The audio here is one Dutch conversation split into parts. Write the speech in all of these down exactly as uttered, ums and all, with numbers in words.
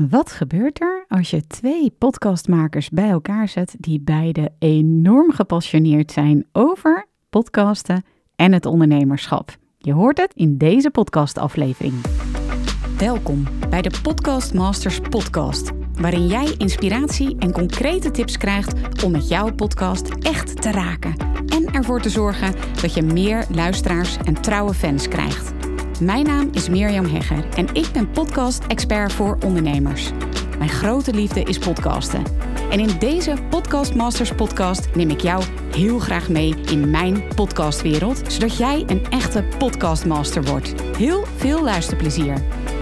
Wat gebeurt er als je twee podcastmakers bij elkaar zet die beide enorm gepassioneerd zijn over podcasten en het ondernemerschap? Je hoort het in deze podcastaflevering. Welkom bij de Podcast Masters podcast, waarin jij inspiratie en concrete tips krijgt om met jouw podcast echt te raken en ervoor te zorgen dat je meer luisteraars en trouwe fans krijgt. Mijn naam is Mirjam Hegger en ik ben podcast-expert voor ondernemers. Mijn grote liefde is podcasten. En in deze Podcast Masters podcast neem ik jou heel graag mee in mijn podcastwereld, zodat jij een echte podcastmaster wordt. Heel veel luisterplezier.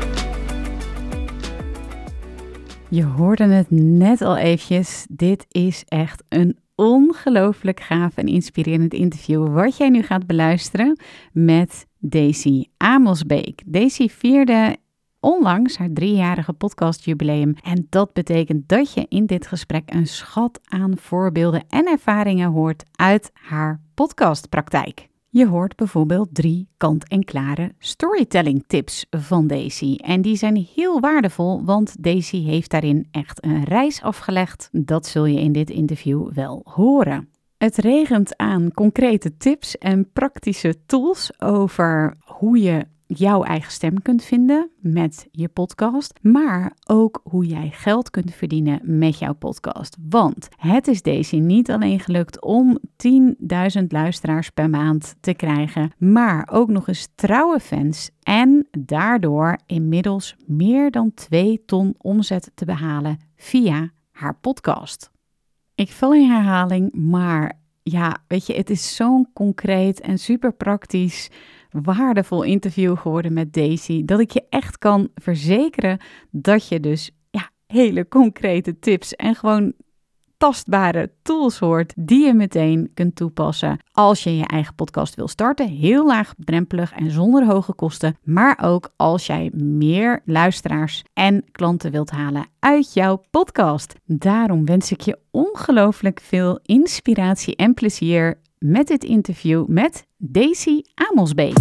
Je hoorde het net al eventjes. Dit is echt een ongelooflijk gaaf en inspirerend interview wat jij nu gaat beluisteren met Daisy Amelsbeek. Daisy vierde onlangs haar driejarige podcastjubileum en dat betekent dat je in dit gesprek een schat aan voorbeelden en ervaringen hoort uit haar podcastpraktijk. Je hoort bijvoorbeeld drie kant-en-klare storytelling tips van Daisy. En die zijn heel waardevol, want Daisy heeft daarin echt een reis afgelegd. Dat zul je in dit interview wel horen. Het regent aan concrete tips en praktische tools over hoe je jouw eigen stem kunt vinden met je podcast, maar ook hoe jij geld kunt verdienen met jouw podcast. Want het is Daisy niet alleen gelukt om tienduizend luisteraars per maand te krijgen, maar ook nog eens trouwe fans en daardoor inmiddels meer dan twee ton omzet te behalen via haar podcast. Ik val in herhaling, maar ja, weet je, het is zo'n concreet en super praktisch waardevol interview geworden met Daisy, dat ik je echt kan verzekeren dat je dus ja, hele concrete tips en gewoon tastbare tools hoort die je meteen kunt toepassen als je je eigen podcast wil starten. Heel laagdrempelig en zonder hoge kosten, maar ook als jij meer luisteraars en klanten wilt halen uit jouw podcast. Daarom wens ik je ongelooflijk veel inspiratie en plezier met dit interview met Daisy Amelsbeek.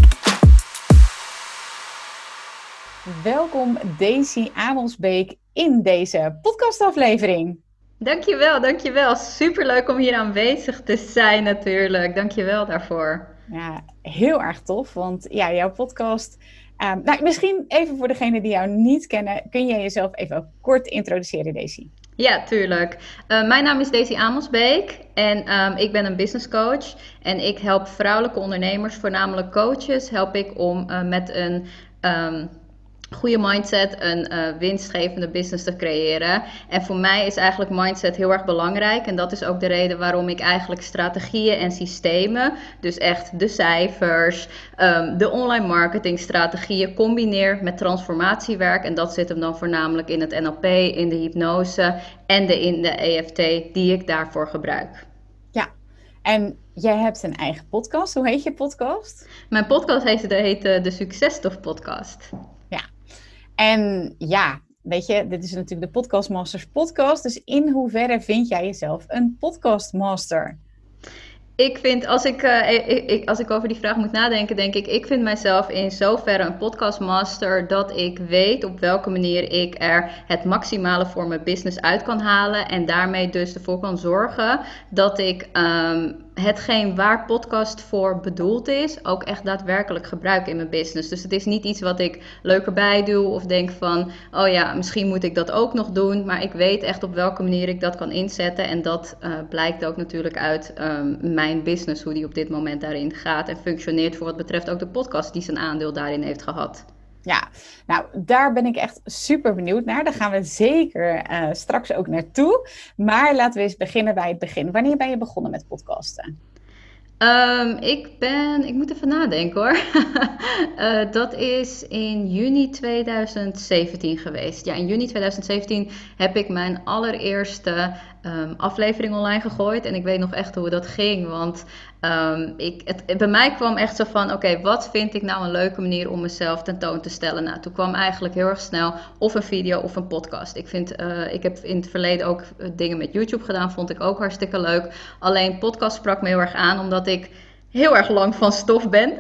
Welkom Daisy Amelsbeek in deze podcastaflevering. Dankjewel, dankjewel. Superleuk om hier aanwezig te zijn natuurlijk. Dankjewel daarvoor. Ja, heel erg tof, want ja, jouw podcast... Um, nou, misschien even voor degenen die jou niet kennen, kun jij jezelf even kort introduceren, Daisy? Ja, tuurlijk. Uh, mijn naam is Daisy Amelsbeek en um, ik ben een business coach. En ik help vrouwelijke ondernemers, voornamelijk coaches, help ik om uh, met een... Um, goede mindset, een uh, winstgevende business te creëren. En voor mij is eigenlijk mindset heel erg belangrijk. En dat is ook de reden waarom ik eigenlijk strategieën en systemen, dus echt de cijfers, um, de online marketing strategieën combineer met transformatiewerk. En dat zit hem dan voornamelijk in het N L P, in de hypnose en de, in de E F T die ik daarvoor gebruik. Ja, en jij hebt een eigen podcast. Hoe heet je podcast? Mijn podcast heet de, heet de, de Successtof podcast. Ja, en ja, weet je, dit is natuurlijk de Podcast Masters podcast. Dus in hoeverre vind jij jezelf een podcastmaster? Ik vind, als ik, uh, ik, ik, als ik over die vraag moet nadenken, denk ik, ik vind mijzelf in zoverre een podcastmaster dat ik weet op welke manier ik er het maximale voor mijn business uit kan halen. En daarmee dus ervoor kan zorgen dat ik um, hetgeen waar podcast voor bedoeld is, ook echt daadwerkelijk gebruik in mijn business. Dus het is niet iets wat ik leuk erbij doe of denk van, oh ja, misschien moet ik dat ook nog doen. Maar ik weet echt op welke manier ik dat kan inzetten. En dat uh, blijkt ook natuurlijk uit um, mijn business, hoe die op dit moment daarin gaat en functioneert voor wat betreft ook de podcast die zijn aandeel daarin heeft gehad. Ja, nou daar ben ik echt super benieuwd naar. Daar gaan we zeker uh, straks ook naartoe. Maar laten we eens beginnen bij het begin. Wanneer ben je begonnen met podcasten? Um, ik ben, ik moet even nadenken hoor. uh, dat is in juni tweeduizend zeventien geweest. Ja, in juni tweeduizend zeventien heb ik mijn allereerste um, aflevering online gegooid. En ik weet nog echt hoe dat ging. Want um, ik, het, bij mij kwam echt zo van, oké, okay, wat vind ik nou een leuke manier om mezelf tentoon te stellen? Nou, toen kwam eigenlijk heel erg snel of een video of een podcast. Ik vind, uh, ik heb in het verleden ook dingen met YouTube gedaan, vond ik ook hartstikke leuk. Alleen podcast sprak me heel erg aan, omdat ik heel erg lang van stof ben.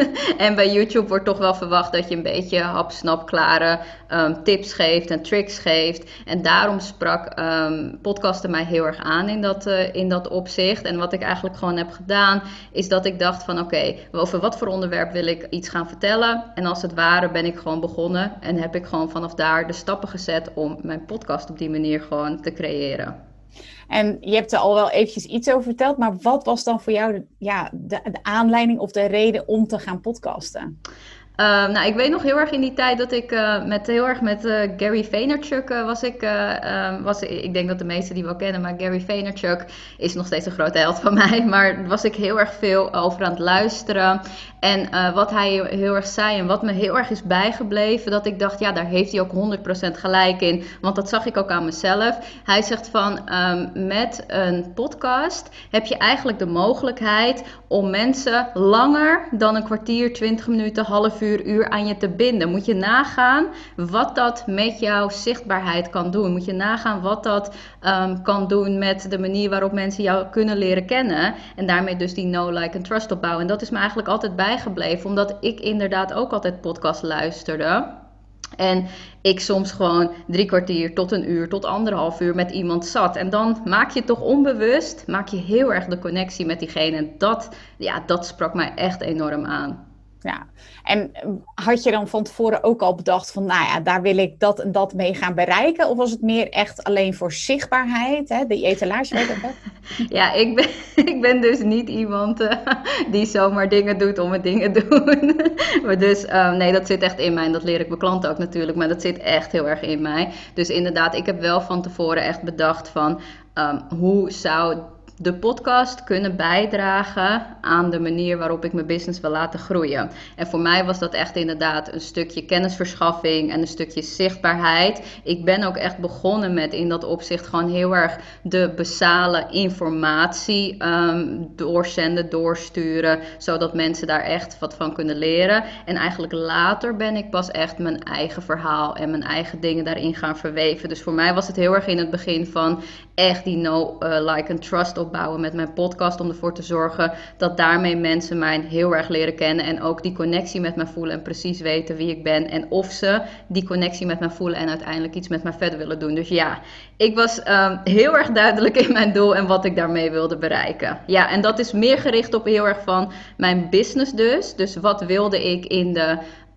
En bij YouTube wordt toch wel verwacht dat je een beetje hapsnapklare um, tips geeft en tricks geeft. En daarom sprak um, podcasten mij heel erg aan in dat, uh, in dat opzicht. En wat ik eigenlijk gewoon heb gedaan, is dat ik dacht van oké, okay, over wat voor onderwerp wil ik iets gaan vertellen? En als het ware ben ik gewoon begonnen en heb ik gewoon vanaf daar de stappen gezet om mijn podcast op die manier gewoon te creëren. En je hebt er al wel eventjes iets over verteld, maar wat was dan voor jou de, ja, de, de aanleiding of de reden om te gaan podcasten? Uh, nou, ik weet nog heel erg in die tijd dat ik uh, met heel erg met uh, Gary Vaynerchuk uh, was ik, uh, um, was, ik denk dat de meesten die wel kennen, maar Gary Vaynerchuk is nog steeds een grote held van mij, maar was ik heel erg veel over aan het luisteren. En uh, wat hij heel erg zei en wat me heel erg is bijgebleven, dat ik dacht, ja, daar heeft hij ook honderd procent gelijk in, want dat zag ik ook aan mezelf. Hij zegt van, um, met een podcast heb je eigenlijk de mogelijkheid om mensen langer dan een kwartier, twintig minuten, half uur, uur aan je te binden. Moet je nagaan wat dat met jouw zichtbaarheid kan doen. Moet je nagaan wat dat um, kan doen met de manier waarop mensen jou kunnen leren kennen. En daarmee dus die know, like en trust opbouwen. En dat is me eigenlijk altijd bijgebleven, omdat ik inderdaad ook altijd podcast luisterde. En ik soms gewoon drie kwartier tot een uur, tot anderhalf uur met iemand zat. En dan maak je toch onbewust, maak je heel erg de connectie met diegene. En dat, ja, dat sprak mij echt enorm aan. Ja, en had je dan van tevoren ook al bedacht van, nou ja, daar wil ik dat en dat mee gaan bereiken? Of was het meer echt alleen voor zichtbaarheid, hè, de etalage? Weet ik ja, ik ben, ik ben dus niet iemand uh, die zomaar dingen doet om het dingen te doen. maar dus, um, nee, dat zit echt in mij en dat leer ik mijn klanten ook natuurlijk, maar dat zit echt heel erg in mij. Dus inderdaad, ik heb wel van tevoren echt bedacht van, um, hoe zou de podcast kunnen bijdragen aan de manier waarop ik mijn business wil laten groeien. En voor mij was dat echt inderdaad een stukje kennisverschaffing en een stukje zichtbaarheid. Ik ben ook echt begonnen met in dat opzicht gewoon heel erg de basale informatie um, doorzenden, doorsturen, zodat mensen daar echt wat van kunnen leren. En eigenlijk later ben ik pas echt mijn eigen verhaal en mijn eigen dingen daarin gaan verweven. Dus voor mij was het heel erg in het begin van echt die know, uh, like en trust opbouwen met mijn podcast, om ervoor te zorgen dat daarmee mensen mij heel erg leren kennen en ook die connectie met mij voelen en precies weten wie ik ben en of ze die connectie met mij voelen en uiteindelijk iets met mij verder willen doen. Dus ja, ik was um, heel erg duidelijk in mijn doel en wat ik daarmee wilde bereiken. Ja, en dat is meer gericht op heel erg van mijn business dus. Dus wat wilde ik in de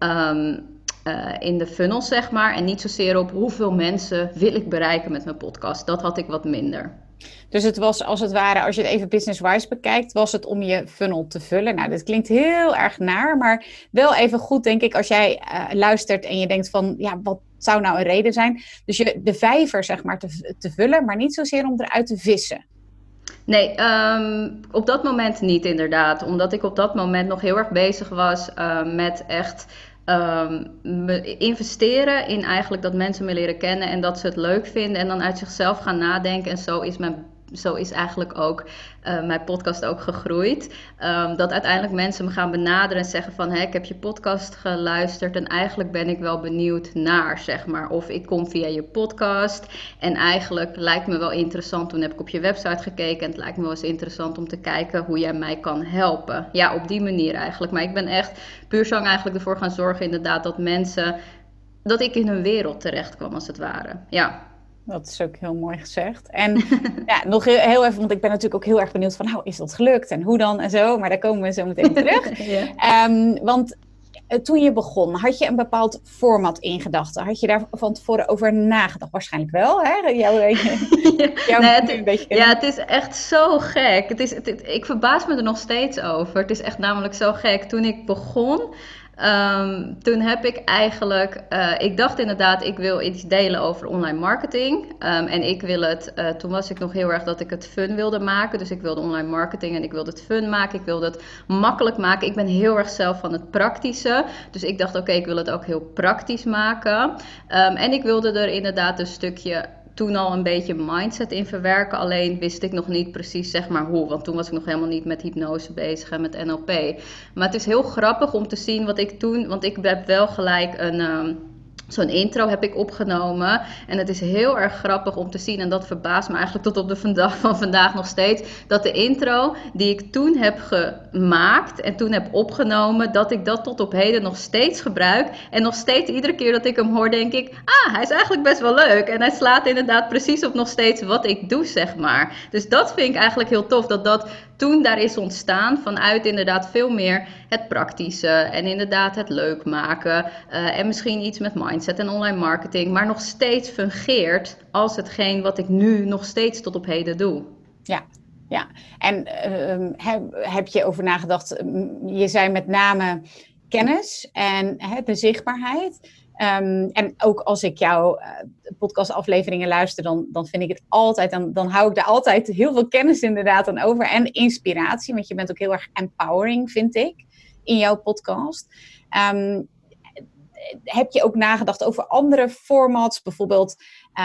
Um, Uh, in de funnel, zeg maar. En niet zozeer op hoeveel mensen wil ik bereiken met mijn podcast. Dat had ik wat minder. Dus het was als het ware, als je het even business-wise bekijkt, was het om je funnel te vullen. Nou, dit klinkt heel erg naar, maar wel even goed, denk ik, als jij uh, luistert en je denkt van, ja, wat zou nou een reden zijn? Dus je de vijver, zeg maar, te, te vullen, maar niet zozeer om eruit te vissen. Nee, um, op dat moment niet inderdaad. Omdat ik op dat moment nog heel erg bezig was uh, met echt Um, investeren in eigenlijk dat mensen me leren kennen en dat ze het leuk vinden en dan uit zichzelf gaan nadenken. En zo is mijn Zo is eigenlijk ook uh, mijn podcast ook gegroeid. Um, dat uiteindelijk mensen me gaan benaderen en zeggen van, hé, ik heb je podcast geluisterd en eigenlijk ben ik wel benieuwd naar, zeg maar. Of ik kom via je podcast en eigenlijk lijkt me wel interessant. Toen heb ik op je website gekeken en het lijkt me wel eens interessant om te kijken hoe jij mij kan helpen. Ja, op die manier eigenlijk. Maar ik ben echt puur zang eigenlijk ervoor gaan zorgen inderdaad dat mensen, dat ik in hun wereld terecht kwam als het ware. Ja. Dat is ook heel mooi gezegd. En ja, nog heel, heel even, want ik ben natuurlijk ook heel erg benieuwd van, nou, is dat gelukt en hoe dan en zo. Maar daar komen we zo meteen terug. yeah. um, want uh, toen je begon, had je een bepaald format in gedachten? Had je daar van tevoren over nagedacht? Waarschijnlijk wel, hè? Jouw, jouw nee, het, een beetje ja, het is echt zo gek. Het is, het, het, ik verbaas me er nog steeds over. Het is echt namelijk zo gek. Toen ik begon, Um, toen heb ik eigenlijk, uh, ik dacht inderdaad, ik wil iets delen over online marketing. Um, en ik wil het, uh, toen was ik nog heel erg dat ik het fun wilde maken. Dus ik wilde online marketing en ik wilde het fun maken. Ik wilde het makkelijk maken. Ik ben heel erg zelf van het praktische. Dus ik dacht, oké, okay, ik wil het ook heel praktisch maken. Um, en ik wilde er inderdaad een stukje toen al een beetje mindset in verwerken. Alleen wist ik nog niet precies, zeg maar, hoe. Want toen was ik nog helemaal niet met hypnose bezig en met N L P. Maar het is heel grappig om te zien wat ik toen, want ik heb wel gelijk een, um, Zo'n intro heb ik opgenomen en het is heel erg grappig om te zien en dat verbaast me eigenlijk tot op de vandaag van vandaag nog steeds, dat de intro die ik toen heb gemaakt en toen heb opgenomen, dat ik dat tot op heden nog steeds gebruik en nog steeds iedere keer dat ik hem hoor denk ik, ah, hij is eigenlijk best wel leuk en hij slaat inderdaad precies op nog steeds wat ik doe, zeg maar. Dus dat vind ik eigenlijk heel tof, dat dat toen daar is ontstaan vanuit inderdaad veel meer het praktische en inderdaad het leuk maken uh, en misschien iets met mindset en online marketing, maar nog steeds fungeert als hetgeen wat ik nu nog steeds tot op heden doe. Ja, ja. En uh, heb, heb je over nagedacht, je zei met name kennis en uh, de zichtbaarheid. Um, en ook als ik jouw uh, podcastafleveringen luister, dan, dan vind ik het altijd, dan, dan hou ik daar altijd heel veel kennis inderdaad aan over. En inspiratie, want je bent ook heel erg empowering, vind ik, in jouw podcast. Um, heb je ook nagedacht over andere formats, bijvoorbeeld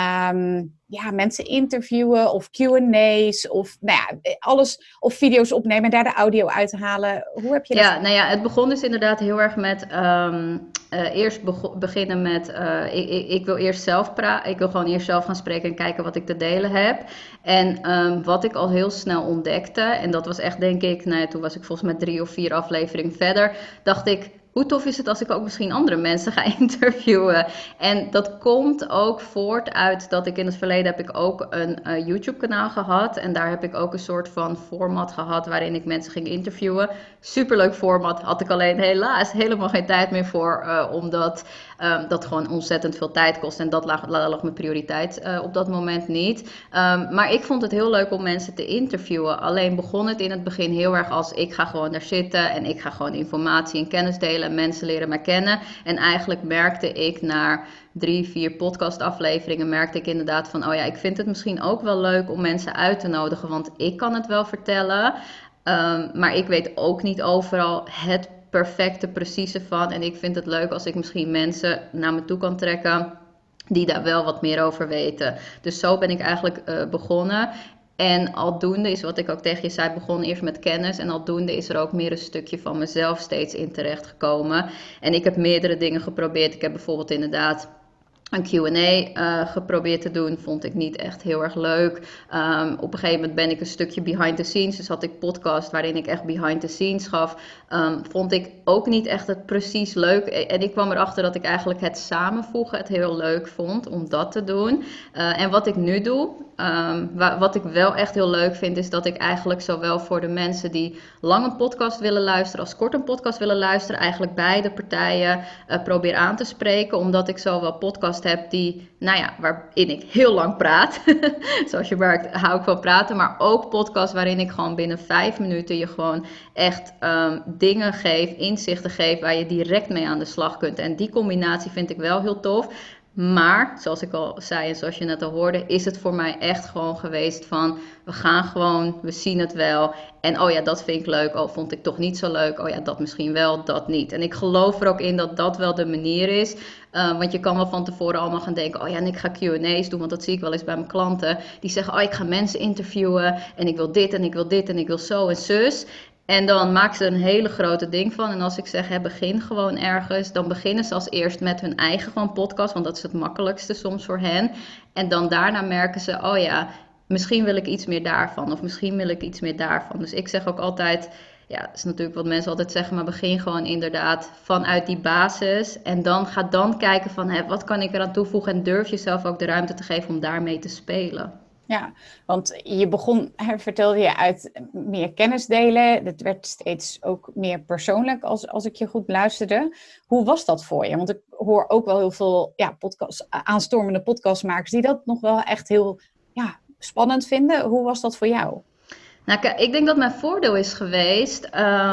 um, ja, mensen interviewen of Q and A's of nou ja, alles, of video's opnemen en daar de audio uit te halen? Hoe heb je dat? Ja, nou ja, het begon dus inderdaad heel erg met um, uh, eerst bego- beginnen met, uh, ik, ik, ik wil eerst zelf praten, ik wil gewoon eerst zelf gaan spreken en kijken wat ik te delen heb. En um, wat ik al heel snel ontdekte, en dat was echt denk ik, nou ja, toen was ik volgens mij drie of vier afleveringen verder, dacht ik, hoe tof is het als ik ook misschien andere mensen ga interviewen? En dat komt ook voort uit dat ik in het verleden heb ik ook een uh, YouTube kanaal gehad. En daar heb ik ook een soort van format gehad waarin ik mensen ging interviewen. Superleuk format, had ik alleen helaas helemaal geen tijd meer voor. Uh, omdat um, dat gewoon ontzettend veel tijd kost. En dat lag, lag mijn prioriteit uh, op dat moment niet. Um, maar ik vond het heel leuk om mensen te interviewen. Alleen begon het in het begin heel erg als ik ga gewoon daar zitten. En ik ga gewoon informatie en kennis delen. En mensen leren mij kennen. En eigenlijk merkte ik na drie, vier podcastafleveringen, merkte ik inderdaad van, oh ja, ik vind het misschien ook wel leuk om mensen uit te nodigen. Want ik kan het wel vertellen. Um, maar ik weet ook niet overal het perfecte, precieze van. En ik vind het leuk als ik misschien mensen naar me toe kan trekken die daar wel wat meer over weten. Dus zo ben ik eigenlijk uh, begonnen. En aldoende is wat ik ook tegen je zei, begon eerst met kennis. En aldoende is er ook meer een stukje van mezelf steeds in terecht gekomen. En ik heb meerdere dingen geprobeerd. Ik heb bijvoorbeeld inderdaad een Q and A uh, geprobeerd te doen. Vond ik niet echt heel erg leuk. Um, op een gegeven moment ben ik een stukje behind the scenes. Dus had ik podcast waarin ik echt behind the scenes gaf. Um, vond ik ook niet echt het precies leuk. En ik kwam erachter dat ik eigenlijk het samenvoegen het heel leuk vond om dat te doen. Uh, en wat ik nu doe, um, wa- wat ik wel echt heel leuk vind, is dat ik eigenlijk zowel voor de mensen die lang een podcast willen luisteren als kort een podcast willen luisteren, eigenlijk beide partijen uh, probeer aan te spreken. Omdat ik zowel podcast heb die, nou ja, waarin ik heel lang praat. Zoals je merkt, hou ik van praten. Maar ook podcast waarin ik gewoon binnen vijf minuten je gewoon echt um, dingen geef, inzichten geef, waar je direct mee aan de slag kunt. En die combinatie vind ik wel heel tof. Maar, zoals ik al zei en zoals je net al hoorde, is het voor mij echt gewoon geweest van, we gaan gewoon, we zien het wel. En oh ja, dat vind ik leuk. Oh, vond ik toch niet zo leuk. Oh ja, dat misschien wel, dat niet. En ik geloof er ook in dat dat wel de manier is. Uh, want je kan wel van tevoren allemaal gaan denken, oh ja, en ik ga Q and A's doen. Want dat zie ik wel eens bij mijn klanten. Die zeggen, oh, ik ga mensen interviewen. En ik wil dit en ik wil dit en ik wil zo en zus. En dan maken ze er een hele grote ding van. En als ik zeg, hè, begin gewoon ergens. Dan beginnen ze als eerst met hun eigen gewoon podcast. Want dat is het makkelijkste soms voor hen. En dan daarna merken ze, oh ja, misschien wil ik iets meer daarvan. Of misschien wil ik iets meer daarvan. Dus ik zeg ook altijd, ja, dat is natuurlijk wat mensen altijd zeggen. Maar begin gewoon inderdaad vanuit die basis. En dan ga dan kijken van, hè, wat kan ik eraan toevoegen. En durf jezelf ook de ruimte te geven om daarmee te spelen. Ja, want je begon, vertelde je, uit meer kennis delen. Het werd steeds ook meer persoonlijk als, als ik je goed luisterde. Hoe was dat voor je? Want ik hoor ook wel heel veel ja, podcast, aanstormende podcastmakers die dat nog wel echt heel ja, spannend vinden. Hoe was dat voor jou? Nou, kijk, ik denk dat mijn voordeel is geweest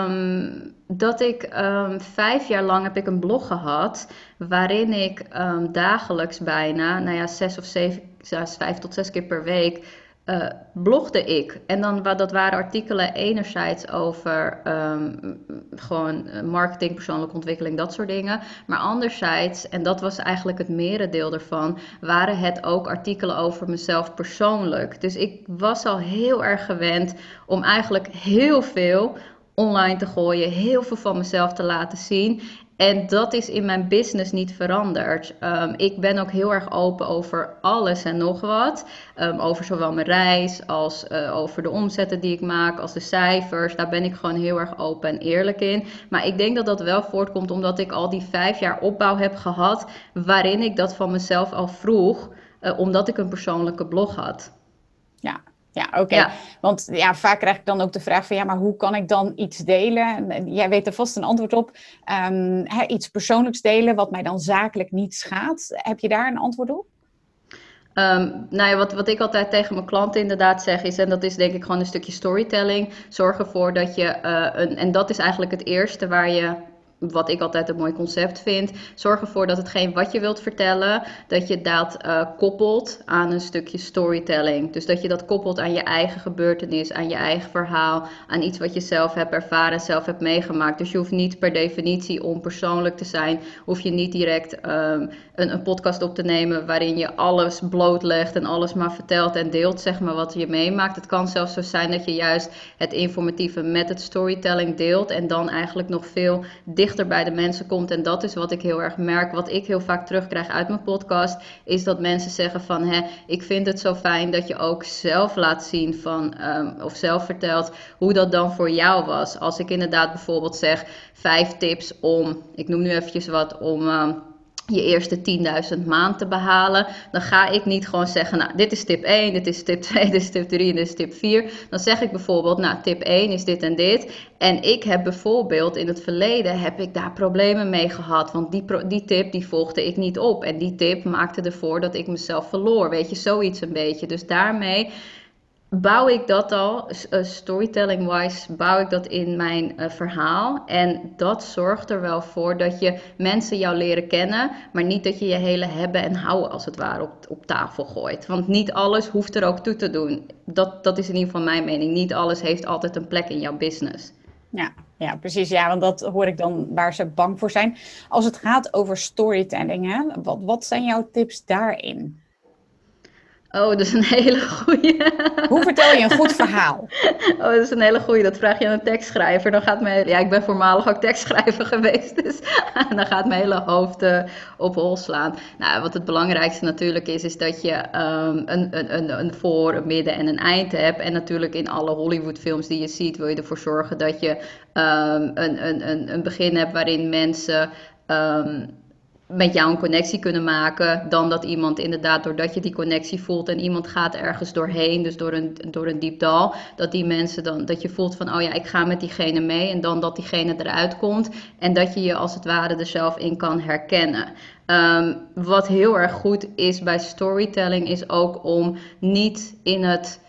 um, dat ik um, vijf jaar lang heb ik een blog gehad waarin ik um, dagelijks bijna, nou ja, zes of zeven, zes, vijf tot zes keer per week uh, blogde ik. En dan, dat waren artikelen enerzijds over um, gewoon marketing, persoonlijke ontwikkeling, dat soort dingen. Maar anderzijds, en dat was eigenlijk het merendeel ervan, waren het ook artikelen over mezelf persoonlijk. Dus ik was al heel erg gewend om eigenlijk heel veel online te gooien, heel veel van mezelf te laten zien. En dat is in mijn business niet veranderd. Um, ik ben ook heel erg open over alles en nog wat. Um, over zowel mijn reis als uh, over de omzetten die ik maak, als de cijfers. Daar ben ik gewoon heel erg open en eerlijk in. Maar ik denk dat dat wel voortkomt omdat ik al die vijf jaar opbouw heb gehad, waarin ik dat van mezelf al vroeg, uh, omdat ik een persoonlijke blog had. Ja. Ja, oké. Okay. Ja. Want ja, vaak krijg ik dan ook de vraag van ja, maar hoe kan ik dan iets delen? Jij weet er vast een antwoord op. Um, hè, iets persoonlijks delen wat mij dan zakelijk niet schaadt. Heb je daar een antwoord op? Um, nou ja, wat, wat ik altijd tegen mijn klanten inderdaad zeg is, en dat is denk ik gewoon een stukje storytelling. Zorg ervoor dat je, uh, een, en dat is eigenlijk het eerste waar je, wat ik altijd een mooi concept vind. Zorg ervoor dat hetgeen wat je wilt vertellen, dat je dat uh, koppelt aan een stukje storytelling. Dus dat je dat koppelt aan je eigen gebeurtenis, aan je eigen verhaal, aan iets wat je zelf hebt ervaren, zelf hebt meegemaakt. Dus je hoeft niet per definitie om persoonlijk te zijn, hoef je niet direct um, een, een podcast op te nemen waarin je alles blootlegt en alles maar vertelt en deelt, zeg maar, wat je meemaakt. Het kan zelfs zo zijn dat je juist het informatieve met het storytelling deelt en dan eigenlijk nog veel dichter dichter bij de mensen komt. En dat is wat ik heel erg merk. Wat ik heel vaak terugkrijg uit mijn podcast, is dat mensen zeggen van, hè, ik vind het zo fijn dat je ook zelf laat zien van, um, of zelf vertelt hoe dat dan voor jou was. Als ik inderdaad bijvoorbeeld zeg, vijf tips om, ik noem nu eventjes wat, om Um, je eerste tienduizend maand te behalen, dan ga ik niet gewoon zeggen, nou, dit is tip één, dit is tip twee, dit is tip drie en dit is tip vier. Dan zeg ik bijvoorbeeld, nou, tip één is dit en dit. En ik heb bijvoorbeeld in het verleden, heb ik daar problemen mee gehad, want die, pro- die tip, die volgde ik niet op. En die tip maakte ervoor dat ik mezelf verloor, weet je, zoiets een beetje. Dus daarmee bouw ik dat al, uh, storytelling-wise, bouw ik dat in mijn uh, verhaal. En dat zorgt er wel voor dat je mensen jou leren kennen, maar niet dat je je hele hebben en houden als het ware op, op tafel gooit. Want niet alles hoeft er ook toe te doen. Dat, dat is in ieder geval mijn mening. Niet alles heeft altijd een plek in jouw business. Ja, ja, precies. Ja, want dat hoor ik dan waar ze bang voor zijn. Als het gaat over storytelling, hè, wat, wat zijn jouw tips daarin? Oh, dat is een hele goeie. Hoe vertel je een goed verhaal? Oh, dat is een hele goeie. Dat vraag je aan een tekstschrijver. Dan gaat mijn, ja, ik ben voormalig ook tekstschrijver geweest. Dus dan gaat mijn hele hoofd uh, op hol slaan. Nou, wat het belangrijkste natuurlijk is, is dat je um, een, een, een voor, een midden en een eind hebt. En natuurlijk in alle Hollywoodfilms die je ziet, wil je ervoor zorgen dat je um, een, een, een, een begin hebt waarin mensen Um, met jou een connectie kunnen maken, dan dat iemand inderdaad, doordat je die connectie voelt en iemand gaat ergens doorheen, dus door een, door een diep dal, dat die mensen dan, dat je voelt van, oh ja, ik ga met diegene mee, en dan dat diegene eruit komt en dat je je als het ware er zelf in kan herkennen. Um, wat heel erg goed is bij storytelling is ook om niet in het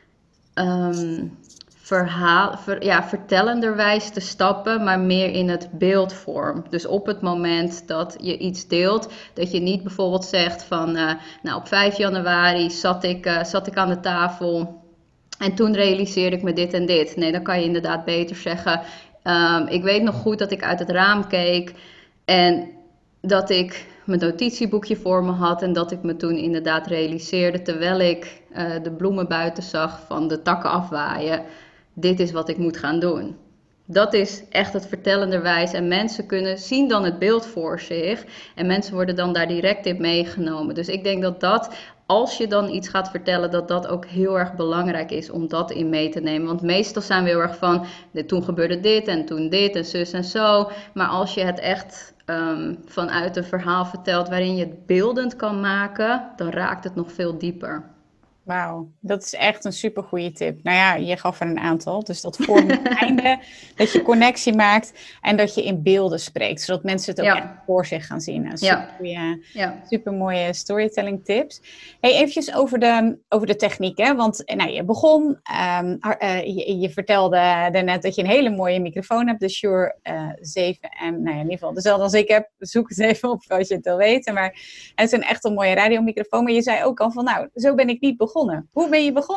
Um, verhaal, ver, ja, vertellenderwijs te stappen, maar meer in het beeldvorm. Dus op het moment dat je iets deelt, dat je niet bijvoorbeeld zegt van, uh, nou, op vijf januari zat ik, uh, zat ik aan de tafel en toen realiseerde ik me dit en dit. Nee, dan kan je inderdaad beter zeggen, um, ik weet nog goed dat ik uit het raam keek en dat ik mijn notitieboekje voor me had en dat ik me toen inderdaad realiseerde, terwijl ik uh, de bloemen buiten zag van de takken afwaaien, dit is wat ik moet gaan doen. Dat is echt het vertellenderwijs en mensen kunnen zien dan het beeld voor zich en mensen worden dan daar direct in meegenomen. Dus ik denk dat dat, als je dan iets gaat vertellen, dat dat ook heel erg belangrijk is om dat in mee te nemen. Want meestal zijn we heel erg van, toen gebeurde dit en toen dit en zus en zo. Maar als je het echt um, vanuit een verhaal vertelt waarin je het beeldend kan maken, dan raakt het nog veel dieper. Wauw, dat is echt een supergoeie tip. Nou ja, je gaf er een aantal. Dus dat voor het einde, dat je connectie maakt en dat je in beelden spreekt. Zodat mensen het ook ja. echt voor zich gaan zien. Nou, supergoeie, ja. Ja. supermooie storytelling tips. Hey, eventjes over de, over de techniek. Hè? Want nou, je begon, um, uh, je, je vertelde daarnet dat je een hele mooie microfoon hebt. De Shure uh, zeven M. Nou ja, in ieder geval dezelfde als ik heb. Zoek het even op als je het wil weten. Maar het is een echt een mooie radiomicrofoon. Maar je zei ook al van, nou, zo ben ik niet begonnen. Hoe ben je begonnen?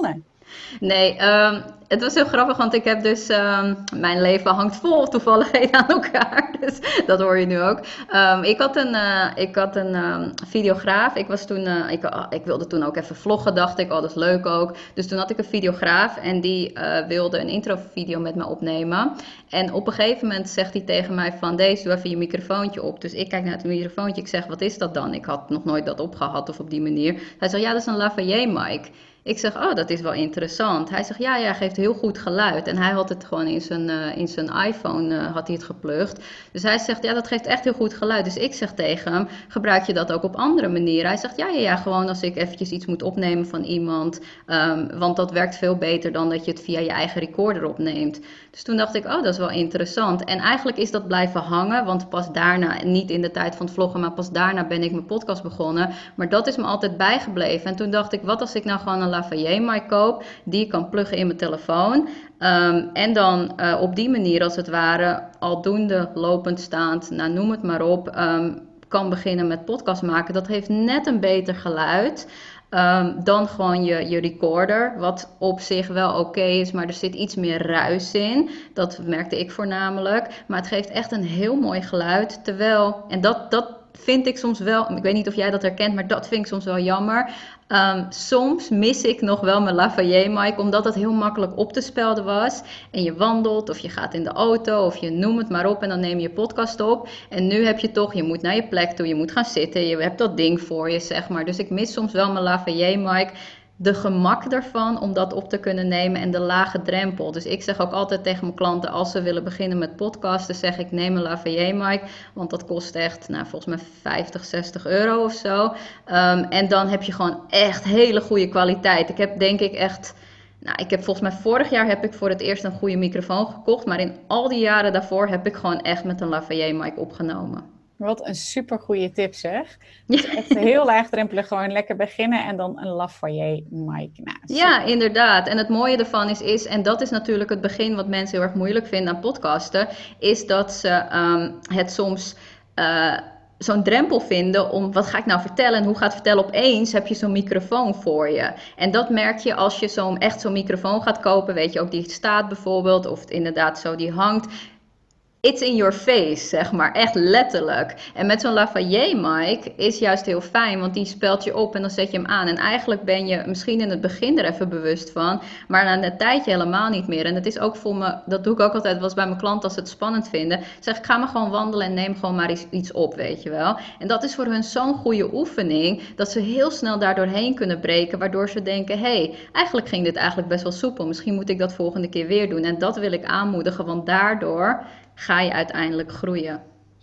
Nee, ehm, het was heel grappig, want ik heb dus, ehm, mijn leven hangt vol toevalligheden aan elkaar, dus dat hoor je nu ook. Ehm, ik had een, eh, ik had een ehm, videograaf, ik was toen, eh, ik, ah, ik wilde toen ook even vloggen, dacht ik, oh dat is leuk ook. Dus toen had ik een videograaf en die eh, wilde een introvideo met me opnemen. En op een gegeven moment zegt hij tegen mij van, deze, doe even je microfoontje op. Dus ik kijk naar het microfoontje, ik zeg, wat is dat dan? Ik had nog nooit dat opgehad of op die manier. Hij zegt, ja, dat is een lavalier mic. Ik zeg, oh, dat is wel interessant. Hij zegt, ja, ja, hij geeft heel goed geluid. En hij had het gewoon in zijn, uh, in zijn iPhone uh, had hij het geplukt. Dus hij zegt, ja, dat geeft echt heel goed geluid. Dus ik zeg tegen hem, gebruik je dat ook op andere manieren? Hij zegt, ja, ja, ja, gewoon als ik eventjes iets moet opnemen van iemand. Um, want dat werkt veel beter dan dat je het via je eigen recorder opneemt. Dus toen dacht ik, oh, dat is wel interessant. En eigenlijk is dat blijven hangen, want pas daarna, niet in de tijd van het vloggen, maar pas daarna ben ik mijn podcast begonnen. Maar dat is me altijd bijgebleven. En toen dacht ik, wat als ik nou gewoon een lavalier mic koop, die ik kan pluggen in mijn telefoon. Um, en dan uh, op die manier, als het ware, aldoende lopend staand, nou, noem het maar op, um, kan beginnen met podcast maken. Dat heeft net een beter geluid. Um, dan gewoon je, je recorder, wat op zich wel oké okay is, maar er zit iets meer ruis in. Dat merkte ik voornamelijk. Maar het geeft echt een heel mooi geluid. Terwijl, en dat, dat vind ik soms wel, ik weet niet of jij dat herkent, maar dat vind ik soms wel jammer. Um, soms mis ik nog wel mijn lavalier mic, omdat het heel makkelijk op te spelden was. En je wandelt of je gaat in de auto of je noem het maar op en dan neem je je podcast op. En nu heb je toch, je moet naar je plek toe, je moet gaan zitten, je hebt dat ding voor je, zeg maar. Dus ik mis soms wel mijn lavalier mic. De gemak ervan om dat op te kunnen nemen en de lage drempel. Dus ik zeg ook altijd tegen mijn klanten, als ze willen beginnen met podcasten, zeg ik, neem een lavalier mic, want dat kost echt, nou, volgens mij vijftig, zestig euro of zo. Um, en dan heb je gewoon echt hele goede kwaliteit. Ik heb denk ik echt, nou, ik heb volgens mij vorig jaar heb ik voor het eerst een goede microfoon gekocht, maar in al die jaren daarvoor heb ik gewoon echt met een lavalier mic opgenomen. Wat een super goede tip zeg. Dus echt heel laagdrempelig, gewoon lekker beginnen en dan een lavalier mic naast. Ja, inderdaad. En het mooie ervan is, is, en dat is natuurlijk het begin wat mensen heel erg moeilijk vinden aan podcasten, is dat ze um, het soms uh, zo'n drempel vinden om wat ga ik nou vertellen en hoe ga ik het vertellen. Opeens heb je zo'n microfoon voor je. En dat merk je als je zo'n, echt zo'n microfoon gaat kopen, weet je ook, die staat bijvoorbeeld, of inderdaad zo die hangt. It's in your face, zeg maar. Echt letterlijk. En met zo'n lavalier mic is juist heel fijn, want die spelt je op en dan zet je hem aan. En eigenlijk ben je misschien in het begin er even bewust van, maar na een tijdje helemaal niet meer. En dat is ook voor me, dat doe ik ook altijd, was bij mijn klanten als ze het spannend vinden. Zeg ik, ga maar gewoon wandelen en neem gewoon maar iets, iets op, weet je wel. En dat is voor hun zo'n goede oefening, dat ze heel snel daar doorheen kunnen breken, waardoor ze denken, hé, hey, eigenlijk ging dit eigenlijk best wel soepel. Misschien moet ik dat volgende keer weer doen. En dat wil ik aanmoedigen, want daardoor ga je uiteindelijk groeien.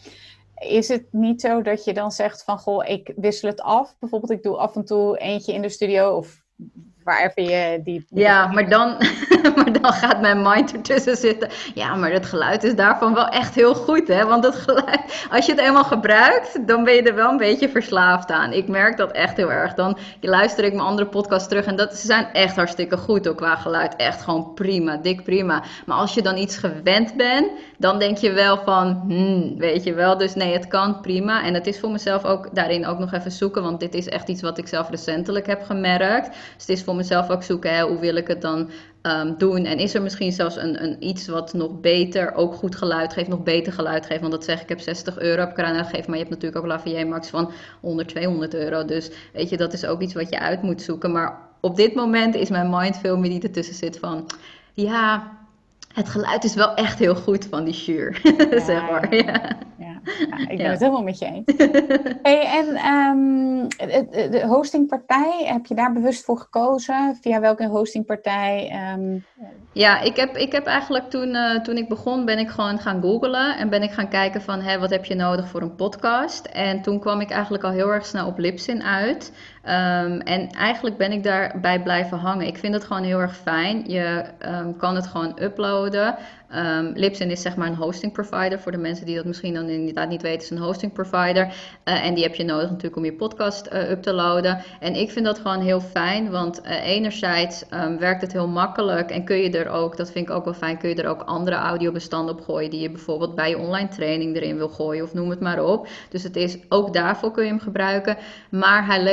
Is het niet zo dat je dan zegt van, goh, ik wissel het af? Bijvoorbeeld, ik doe af en toe eentje in de studio of waarver je die... die ja, maar dan, maar dan gaat mijn mind ertussen zitten. Ja, maar het geluid is daarvan wel echt heel goed, hè? Want het geluid, als je het eenmaal gebruikt, dan ben je er wel een beetje verslaafd aan. Ik merk dat echt heel erg. Dan luister ik mijn andere podcast terug en dat, ze zijn echt hartstikke goed ook qua geluid. Echt gewoon prima, dik prima. Maar als je dan iets gewend bent, dan denk je wel van, hmm, weet je wel. Dus nee, het kan prima. En het is voor mezelf ook daarin ook nog even zoeken, want dit is echt iets wat ik zelf recentelijk heb gemerkt. Dus het is voor mezelf ook zoeken, hè, hoe wil ik het dan um, doen? En is er misschien zelfs een, een iets wat nog beter, ook goed geluid geeft, nog beter geluid geeft? Want dat zeg ik, heb zestig euro heb ik eraan uitgegeven, maar je hebt natuurlijk ook lavalier max van onder tweehonderd euro. Dus weet je, dat is ook iets wat je uit moet zoeken. Maar op dit moment is mijn mind veel meer die ertussen zit van, ja, het geluid is wel echt heel goed van die Shure, ja, zeg maar. Ja, ja. Ja. Ja, ik ben ja. het helemaal met je eens. Hey, en um, de, de hostingpartij, heb je daar bewust voor gekozen? Via welke hostingpartij? Um... Ja, ik heb, ik heb eigenlijk toen, uh, toen ik begon, ben ik gewoon gaan googlen en ben ik gaan kijken van, hé, wat heb je nodig voor een podcast? En toen kwam ik eigenlijk al heel erg snel op Libsyn uit. Um, en eigenlijk ben ik daarbij blijven hangen. Ik vind het gewoon heel erg fijn. Je um, kan het gewoon uploaden. Um, Libsyn is zeg maar een hosting provider. Voor de mensen die dat misschien dan inderdaad niet weten, is een hosting provider. Uh, en die heb je nodig natuurlijk om je podcast uh, up te loaden. En ik vind dat gewoon heel fijn, want uh, enerzijds um, werkt het heel makkelijk en kun je er ook, dat vind ik ook wel fijn, kun je er ook andere audiobestanden op gooien die je bijvoorbeeld bij je online training erin wil gooien of noem het maar op. Dus het is, ook daarvoor kun je hem gebruiken. Maar hij leest ook heel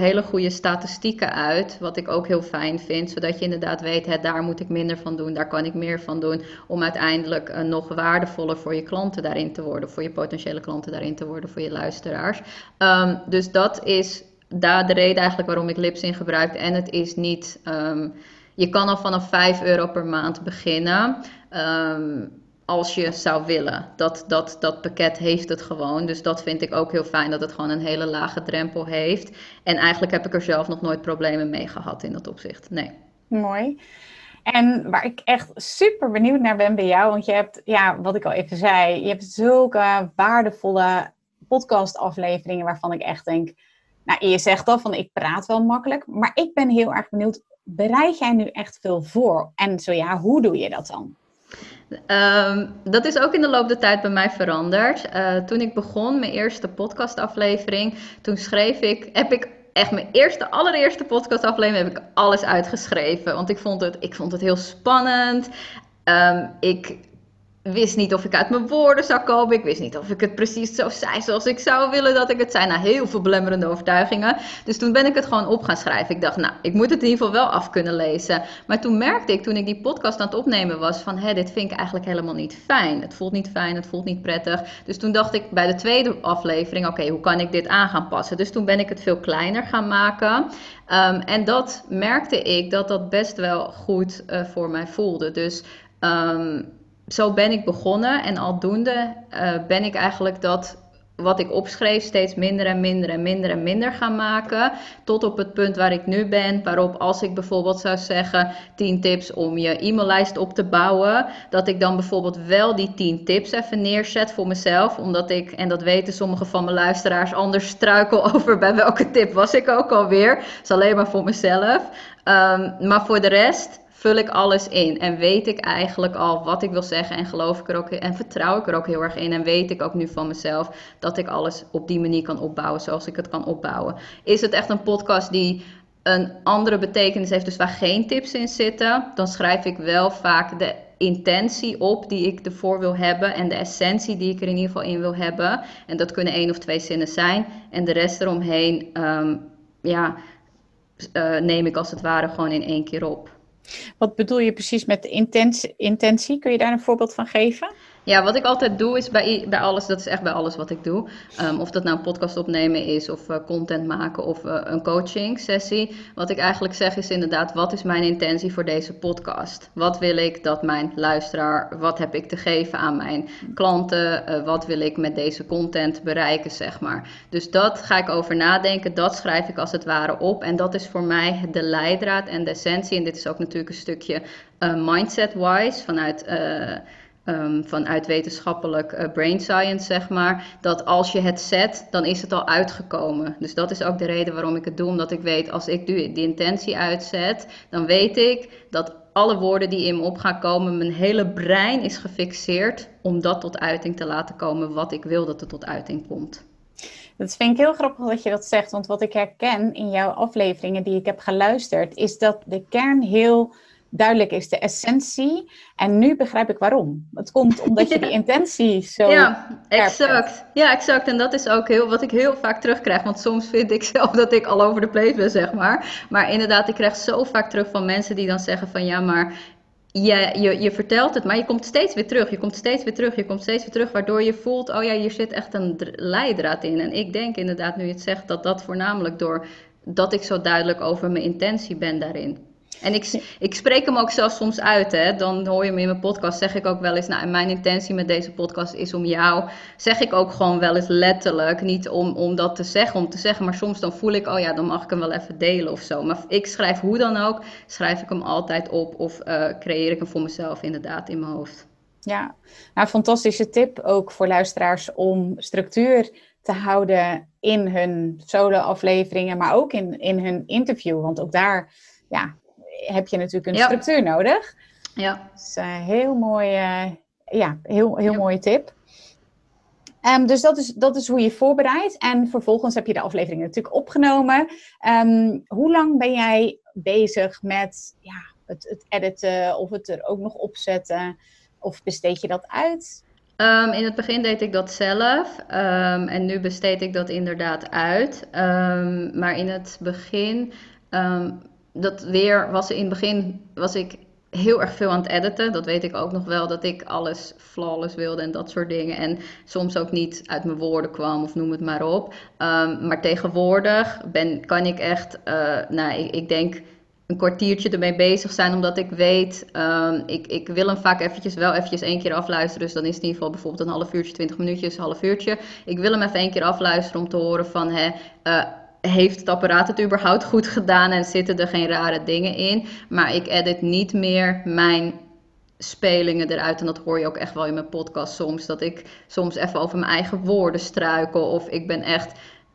hele goede statistieken uit, wat ik ook heel fijn vind, zodat je inderdaad weet, hè, daar moet ik minder van doen, daar kan ik meer van doen, om uiteindelijk uh, nog waardevoller voor je klanten daarin te worden, voor je potentiële klanten daarin te worden, voor je luisteraars. Um, dus dat is daar de reden eigenlijk waarom ik Libsyn gebruik. En het is niet, um, je kan al vanaf vijf euro per maand beginnen. Um, Als je zou willen. Dat, dat, dat pakket heeft het gewoon. Dus dat vind ik ook heel fijn, dat het gewoon een hele lage drempel heeft. En eigenlijk heb ik er zelf nog nooit problemen mee gehad in dat opzicht. Nee. Mooi. En waar ik echt super benieuwd naar ben bij jou, want je hebt, ja, wat ik al even zei, je hebt zulke waardevolle podcastafleveringen waarvan ik echt denk, nou, je zegt al van ik praat wel makkelijk, maar ik ben heel erg benieuwd, bereid jij nu echt veel voor? En zo ja, hoe doe je dat dan? Um, dat is ook in de loop der tijd bij mij veranderd. Uh, toen ik begon, mijn eerste podcastaflevering, toen schreef ik, heb ik echt mijn eerste, allereerste podcastaflevering, heb ik alles uitgeschreven. Want ik vond het, ik vond het heel spannend. Um, ik wist niet of ik uit mijn woorden zou komen. Ik wist niet of ik het precies zo zei zoals ik zou willen dat ik het zei. Nou, heel veel belemmerende overtuigingen. Dus toen ben ik het gewoon op gaan schrijven. Ik dacht, nou, ik moet het in ieder geval wel af kunnen lezen. Maar toen merkte ik, toen ik die podcast aan het opnemen was, van, hé, dit vind ik eigenlijk helemaal niet fijn. Het voelt niet fijn, het voelt niet prettig. Dus toen dacht ik bij de tweede aflevering, oké, okay, hoe kan ik dit aan gaan passen? Dus toen ben ik het veel kleiner gaan maken. Um, en dat merkte ik, dat dat best wel goed uh, voor mij voelde. Dus Um, zo ben ik begonnen en aldoende uh, ben ik eigenlijk dat wat ik opschreef steeds minder en minder en minder en minder gaan maken. Tot op het punt waar ik nu ben, waarop als ik bijvoorbeeld zou zeggen tien tips om je e-maillijst op te bouwen, dat ik dan bijvoorbeeld wel die tien tips even neerzet voor mezelf. Omdat ik, en dat weten sommige van mijn luisteraars, anders struikel over bij welke tip was ik ook alweer. Dat is alleen maar voor mezelf. Um, maar voor de rest vul ik alles in en weet ik eigenlijk al wat ik wil zeggen en geloof ik er ook en vertrouw ik er ook heel erg in en weet ik ook nu van mezelf dat ik alles op die manier kan opbouwen zoals ik het kan opbouwen. Is het echt een podcast die een andere betekenis heeft, dus waar geen tips in zitten, dan schrijf ik wel vaak de intentie op die ik ervoor wil hebben en de essentie die ik er in ieder geval in wil hebben. En dat kunnen één of twee zinnen zijn en de rest eromheen um, ja, uh, neem ik als het ware gewoon in één keer op. Wat bedoel je precies met intentie, intentie? Kun je daar een voorbeeld van geven? Ja, wat ik altijd doe is bij, bij alles, dat is echt bij alles wat ik doe. Um, of dat nou een podcast opnemen is of uh, content maken of uh, een coaching sessie. Wat ik eigenlijk zeg is inderdaad, wat is mijn intentie voor deze podcast? Wat wil ik dat mijn luisteraar, wat heb ik te geven aan mijn klanten? Uh, wat wil ik met deze content bereiken, zeg maar. Dus dat ga ik over nadenken, dat schrijf ik als het ware op. En dat is voor mij de leidraad en de essentie. En dit is ook natuurlijk een stukje uh, mindset-wise vanuit... Uh, Um, vanuit wetenschappelijk uh, brain science, zeg maar, dat als je het zet, dan is het al uitgekomen. Dus dat is ook de reden waarom ik het doe, omdat ik weet, als ik de, de intentie uitzet, dan weet ik dat alle woorden die in me op gaan komen, mijn hele brein is gefixeerd om dat tot uiting te laten komen, wat ik wil dat er tot uiting komt. Dat vind ik heel grappig dat je dat zegt, want wat ik herken in jouw afleveringen die ik heb geluisterd, is dat de kern heel duidelijk is, de essentie. En nu begrijp ik waarom. Het komt omdat je die intentie zo... Ja, exact. Ja, exact. En dat is ook heel, wat ik heel vaak terugkrijg. Want soms vind ik zelf dat ik al over de place ben, zeg maar. Maar inderdaad, ik krijg zo vaak terug van mensen die dan zeggen van... Ja, maar je, je, je vertelt het, maar je komt steeds weer terug. Je komt steeds weer terug. Je komt steeds weer terug. Waardoor je voelt, oh ja, hier zit echt een leidraad in. En ik denk inderdaad, nu je het zegt, dat dat voornamelijk door... dat ik zo duidelijk over mijn intentie ben daarin. En ik, ik spreek hem ook zelfs soms uit, hè. Dan hoor je hem in mijn podcast, zeg ik ook wel eens, nou, mijn intentie met deze podcast is om jou, zeg ik ook gewoon wel eens letterlijk, niet om, om dat te zeggen, om te zeggen, maar soms dan voel ik, oh ja, dan mag ik hem wel even delen of zo. Maar ik schrijf hoe dan ook, schrijf ik hem altijd op of uh, creëer ik hem voor mezelf inderdaad in mijn hoofd. Ja, nou, fantastische tip ook voor luisteraars om structuur te houden in hun solo-afleveringen, maar ook in, in hun interview, want ook daar, ja, heb je natuurlijk een ja. structuur nodig. Ja. Dus uh, heel mooi, uh, ja, heel, heel ja. mooie tip. Um, dus dat is, dat is hoe je voorbereidt. En vervolgens heb je de aflevering natuurlijk opgenomen. Um, hoe lang ben jij bezig met ja, het, het editen of het er ook nog opzetten? Of besteed je dat uit? Um, in het begin deed ik dat zelf um, en nu besteed ik dat inderdaad uit. Um, maar in het begin, um, dat weer was in het begin was ik heel erg veel aan het editen. Dat weet ik ook nog wel, dat ik alles flawless wilde en dat soort dingen. En soms ook niet uit mijn woorden kwam of noem het maar op. Um, maar tegenwoordig ben, kan ik echt, uh, nou ik, ik denk... een kwartiertje ermee bezig zijn, omdat ik weet, um, ik, ik wil hem vaak eventjes wel eventjes één keer afluisteren, dus dan is het in ieder geval bijvoorbeeld een half uurtje, twintig minuutjes, een half uurtje. Ik wil hem even één keer afluisteren om te horen van, hè, uh, heeft het apparaat het überhaupt goed gedaan en zitten er geen rare dingen in? Maar ik edit niet meer mijn spelingen eruit en dat hoor je ook echt wel in mijn podcast soms, dat ik soms even over mijn eigen woorden struikel of ik ben echt...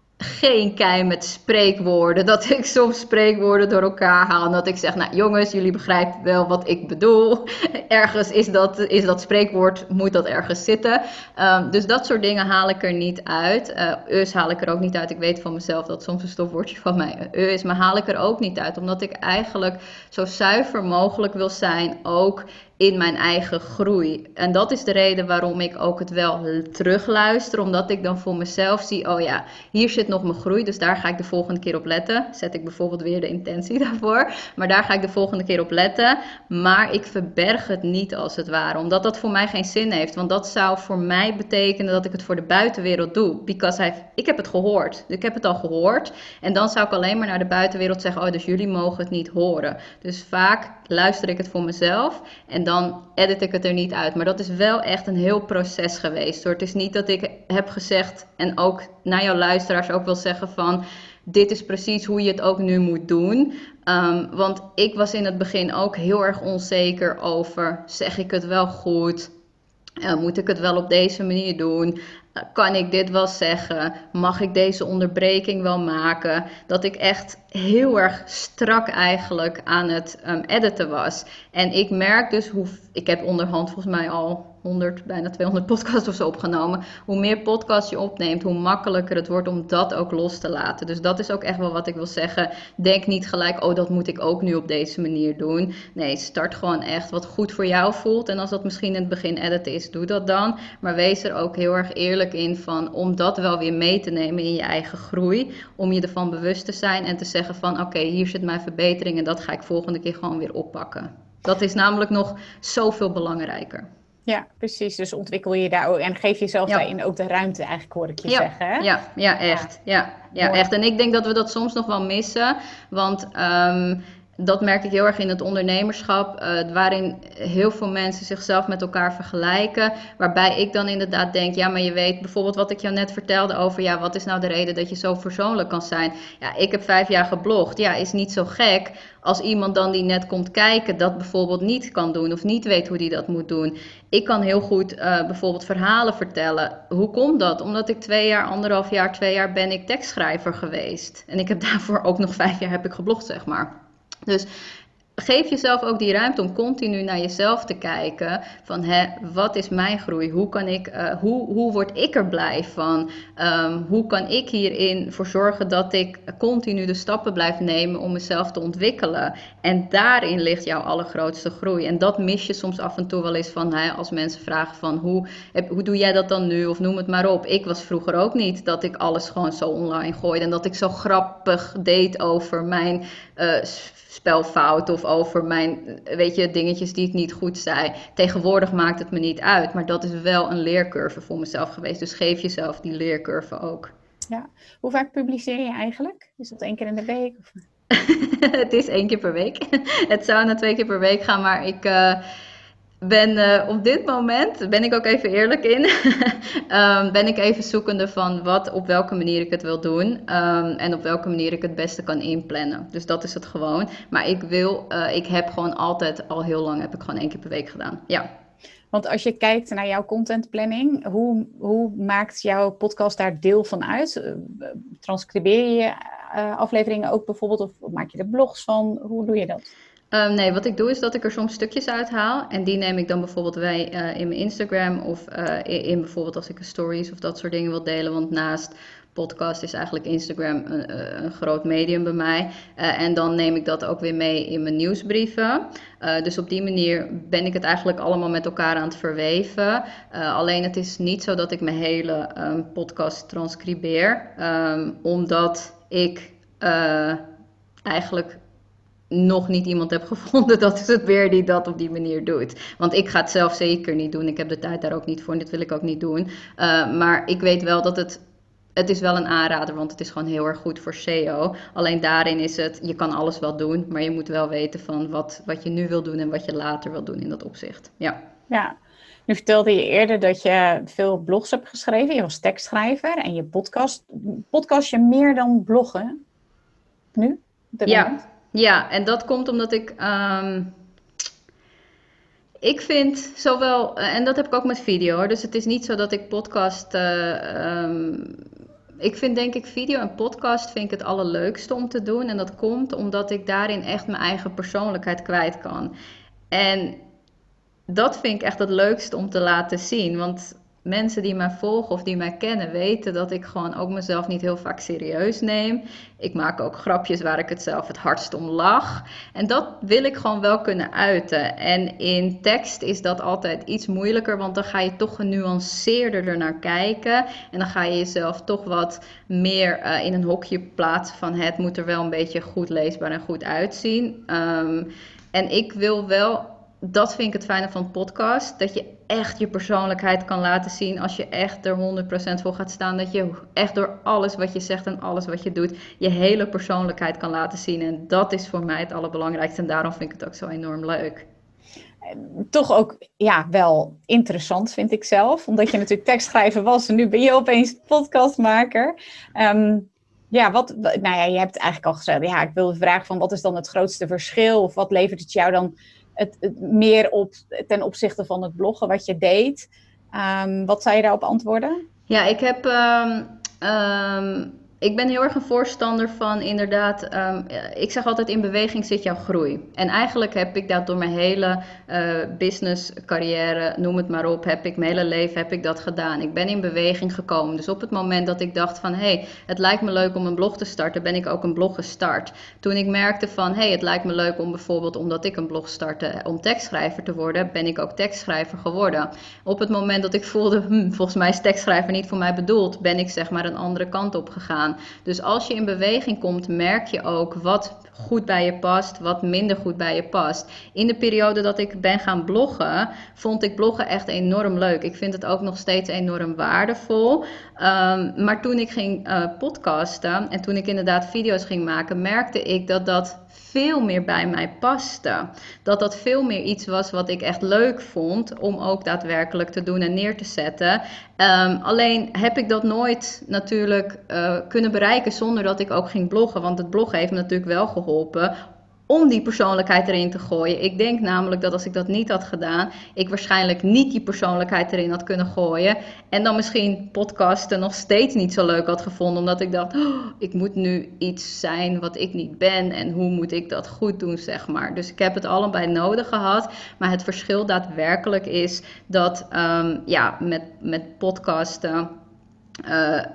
geen kei met spreekwoorden. Dat ik soms spreekwoorden door elkaar haal. En dat ik zeg, nou jongens, jullie begrijpen wel wat ik bedoel. Ergens is dat, is dat spreekwoord, moet dat ergens zitten. Um, dus dat soort dingen haal ik er niet uit. Uh, us haal ik er ook niet uit. Ik weet van mezelf dat soms een stopwoordje van mij uh is. Maar haal ik er ook niet uit. Omdat ik eigenlijk zo zuiver mogelijk wil zijn. Ook in mijn eigen groei. En dat is de reden waarom ik ook het wel terugluister. Omdat ik dan voor mezelf zie, oh ja, hier zit nog mijn groei. Dus daar ga ik de volgende keer op letten. Zet ik bijvoorbeeld weer de intentie daarvoor. Maar daar ga ik de volgende keer op letten. Maar ik verberg het niet als het ware. Omdat dat voor mij geen zin heeft. Want dat zou voor mij betekenen dat ik het voor de buitenwereld doe. Because I've, ik heb het gehoord. Ik heb het al gehoord. En dan zou ik alleen maar naar de buitenwereld zeggen, oh, dus jullie mogen het niet horen. Dus vaak luister ik het voor mezelf. En dan edit ik het er niet uit. Maar dat is wel echt een heel proces geweest, hoor. Het is niet dat ik heb gezegd en ook naar jouw luisteraars ook wil zeggen van, dit is precies hoe je het ook nu moet doen. Um, want ik was in het begin ook heel erg onzeker over, zeg ik het wel goed? Uh, moet ik het wel op deze manier doen? Uh, kan ik dit wel zeggen? Mag ik deze onderbreking wel maken? Dat ik echt heel erg strak eigenlijk aan het um, editen was. En ik merk dus hoe... Ik heb onderhand volgens mij al honderd, bijna tweehonderd podcasts of zo opgenomen. Hoe meer podcasts je opneemt, hoe makkelijker het wordt om dat ook los te laten. Dus dat is ook echt wel wat ik wil zeggen. Denk niet gelijk, oh, dat moet ik ook nu op deze manier doen. Nee, start gewoon echt wat goed voor jou voelt. En als dat misschien in het begin editen is, doe dat dan. Maar wees er ook heel erg eerlijk in van, om dat wel weer mee te nemen in je eigen groei. Om je ervan bewust te zijn en te zeggen van, oké, okay, hier zit mijn verbetering en dat ga ik volgende keer gewoon weer oppakken. Dat is namelijk nog zoveel belangrijker. Ja, precies. Dus ontwikkel je daar ook en geef jezelf ja. daarin ook de ruimte, eigenlijk hoor ik je ja. zeggen. Hè? Ja, ja, echt. Ja, ja, echt. En ik denk dat we dat soms nog wel missen, want um, dat merk ik heel erg in het ondernemerschap, uh, waarin heel veel mensen zichzelf met elkaar vergelijken. Waarbij ik dan inderdaad denk, ja, maar je weet bijvoorbeeld wat ik jou net vertelde over, ja, wat is nou de reden dat je zo persoonlijk kan zijn? Ja, ik heb vijf jaar geblogd. Ja, is niet zo gek als iemand dan die net komt kijken dat bijvoorbeeld niet kan doen of niet weet hoe die dat moet doen. Ik kan heel goed uh, bijvoorbeeld verhalen vertellen. Hoe komt dat? Omdat ik twee jaar, anderhalf jaar, twee jaar ben ik tekstschrijver geweest. En ik heb daarvoor ook nog vijf jaar heb ik geblogd, zeg maar. Dus geef jezelf ook die ruimte om continu naar jezelf te kijken. Van, hè, wat is mijn groei? Hoe kan ik, uh, hoe, hoe word ik er blij van? Um, hoe kan ik hierin voor zorgen dat ik continu de stappen blijf nemen om mezelf te ontwikkelen? En daarin ligt jouw allergrootste groei. En dat mis je soms af en toe wel eens van, hè, als mensen vragen van, hoe, heb, hoe doe jij dat dan nu? Of noem het maar op. Ik was vroeger ook niet dat ik alles gewoon zo online gooide. En dat ik zo grappig deed over mijn uh, spelfout of over mijn, weet je, dingetjes die ik niet goed zei. Tegenwoordig maakt het me niet uit, maar dat is wel een leercurve voor mezelf geweest. Dus geef jezelf die leercurve ook. Ja. Hoe vaak publiceer je eigenlijk? Is dat één keer in de week? Of? Het is één keer per week. Het zou naar twee keer per week gaan, maar ik... Uh, ben uh, op dit moment, ben ik ook even eerlijk in, um, ben ik even zoekende van wat, op welke manier ik het wil doen um, en op welke manier ik het beste kan inplannen. Dus dat is het gewoon. Maar ik wil, uh, ik heb gewoon altijd, al heel lang heb ik gewoon één keer per week gedaan. Ja. Want als je kijkt naar jouw contentplanning, hoe, hoe maakt jouw podcast daar deel van uit? Uh, transcribeer je uh, afleveringen ook bijvoorbeeld of maak je er blogs van? Hoe doe je dat? Um, nee, wat ik doe is dat ik er soms stukjes uithaal en die neem ik dan bijvoorbeeld bij uh, in mijn Instagram of uh, in, in bijvoorbeeld als ik een stories of dat soort dingen wil delen. Want naast podcast is eigenlijk Instagram een, een groot medium bij mij. Uh, en dan neem ik dat ook weer mee in mijn nieuwsbrieven. Uh, dus op die manier ben ik het eigenlijk allemaal met elkaar aan het verweven. Uh, alleen het is niet zo dat ik mijn hele um, podcast transcribeer. Um, omdat ik uh, eigenlijk nog niet iemand heb gevonden, dat is het weer die dat op die manier doet. Want ik ga het zelf zeker niet doen. Ik heb de tijd daar ook niet voor en dit wil ik ook niet doen. Uh, maar ik weet wel dat het... Het is wel een aanrader, want het is gewoon heel erg goed voor S E O. Alleen daarin is het, je kan alles wel doen, maar je moet wel weten van wat, wat je nu wil doen en wat je later wil doen in dat opzicht. Ja. Ja, nu vertelde je eerder dat je veel blogs hebt geschreven. Je was tekstschrijver en je podcast. Podcast je meer dan bloggen nu? Ja, ja, en dat komt omdat ik... Um, Ik vind zowel, en dat heb ik ook met video hoor, dus het is niet zo dat ik podcast... Uh, um, ik vind denk ik video en podcast vind ik het allerleukste om te doen. En dat komt omdat ik daarin echt mijn eigen persoonlijkheid kwijt kan. En dat vind ik echt het leukste om te laten zien. Want mensen die mij volgen of die mij kennen weten dat ik gewoon ook mezelf niet heel vaak serieus neem. Ik maak ook grapjes waar ik het zelf het hardst om lach. En dat wil ik gewoon wel kunnen uiten. En in tekst is dat altijd iets moeilijker, want dan ga je toch genuanceerder ernaar kijken. En dan ga je jezelf toch wat meer uh, in een hokje plaatsen van het moet er wel een beetje goed leesbaar en goed uitzien. Um, en ik wil wel... Dat vind ik het fijne van het podcast. Dat je echt je persoonlijkheid kan laten zien als je echt er honderd procent voor gaat staan. Dat je echt door alles wat je zegt en alles wat je doet, je hele persoonlijkheid kan laten zien. En dat is voor mij het allerbelangrijkste. En daarom vind ik het ook zo enorm leuk. Toch ook ja, wel interessant vind ik zelf. Omdat je natuurlijk tekstschrijver was en nu ben je opeens podcastmaker. Um, ja, wat, nou ja, je hebt eigenlijk al gezegd. Ja, ik wilde vragen van wat is dan het grootste verschil? Of wat levert het jou dan Het, het meer op ten opzichte van het bloggen wat je deed. Um, wat zou je daarop antwoorden? Ja, ik heb... Um, um, ik ben heel erg een voorstander van inderdaad... Um, ik zeg altijd in beweging zit jouw groei. En eigenlijk heb ik dat door mijn hele uh, business carrière, noem het maar op, heb ik mijn hele leven heb ik dat gedaan. Ik ben in beweging gekomen. Dus op het moment dat ik dacht van hé, hey, het lijkt me leuk om een blog te starten, ben ik ook een blog gestart. Toen ik merkte van hé, hey, het lijkt me leuk om bijvoorbeeld, omdat ik een blog startte, om tekstschrijver te worden, ben ik ook tekstschrijver geworden. Op het moment dat ik voelde, hm, volgens mij is tekstschrijver niet voor mij bedoeld, ben ik zeg maar een andere kant op gegaan. Dus als je in beweging komt, merk je ook wat goed bij je past, wat minder goed bij je past. In de periode dat ik ben gaan bloggen, vond ik bloggen echt enorm leuk. Ik vind het ook nog steeds enorm waardevol. Um, maar toen ik ging uh, podcasten en toen ik inderdaad video's ging maken, merkte ik dat dat veel meer bij mij paste. Dat dat veel meer iets was wat ik echt leuk vond om ook daadwerkelijk te doen en neer te zetten. Um, alleen heb ik dat nooit natuurlijk uh, kunnen bereiken zonder dat ik ook ging bloggen. Want het bloggen heeft me natuurlijk wel geholpen om die persoonlijkheid erin te gooien. Ik denk namelijk dat als ik dat niet had gedaan, ik waarschijnlijk niet die persoonlijkheid erin had kunnen gooien. En dan misschien podcasten nog steeds niet zo leuk had gevonden. Omdat ik dacht, oh, ik moet nu iets zijn wat ik niet ben. En hoe moet ik dat goed doen, zeg maar. Dus ik heb het allebei nodig gehad. Maar het verschil daadwerkelijk is dat um, ja, met, met podcasten Uh,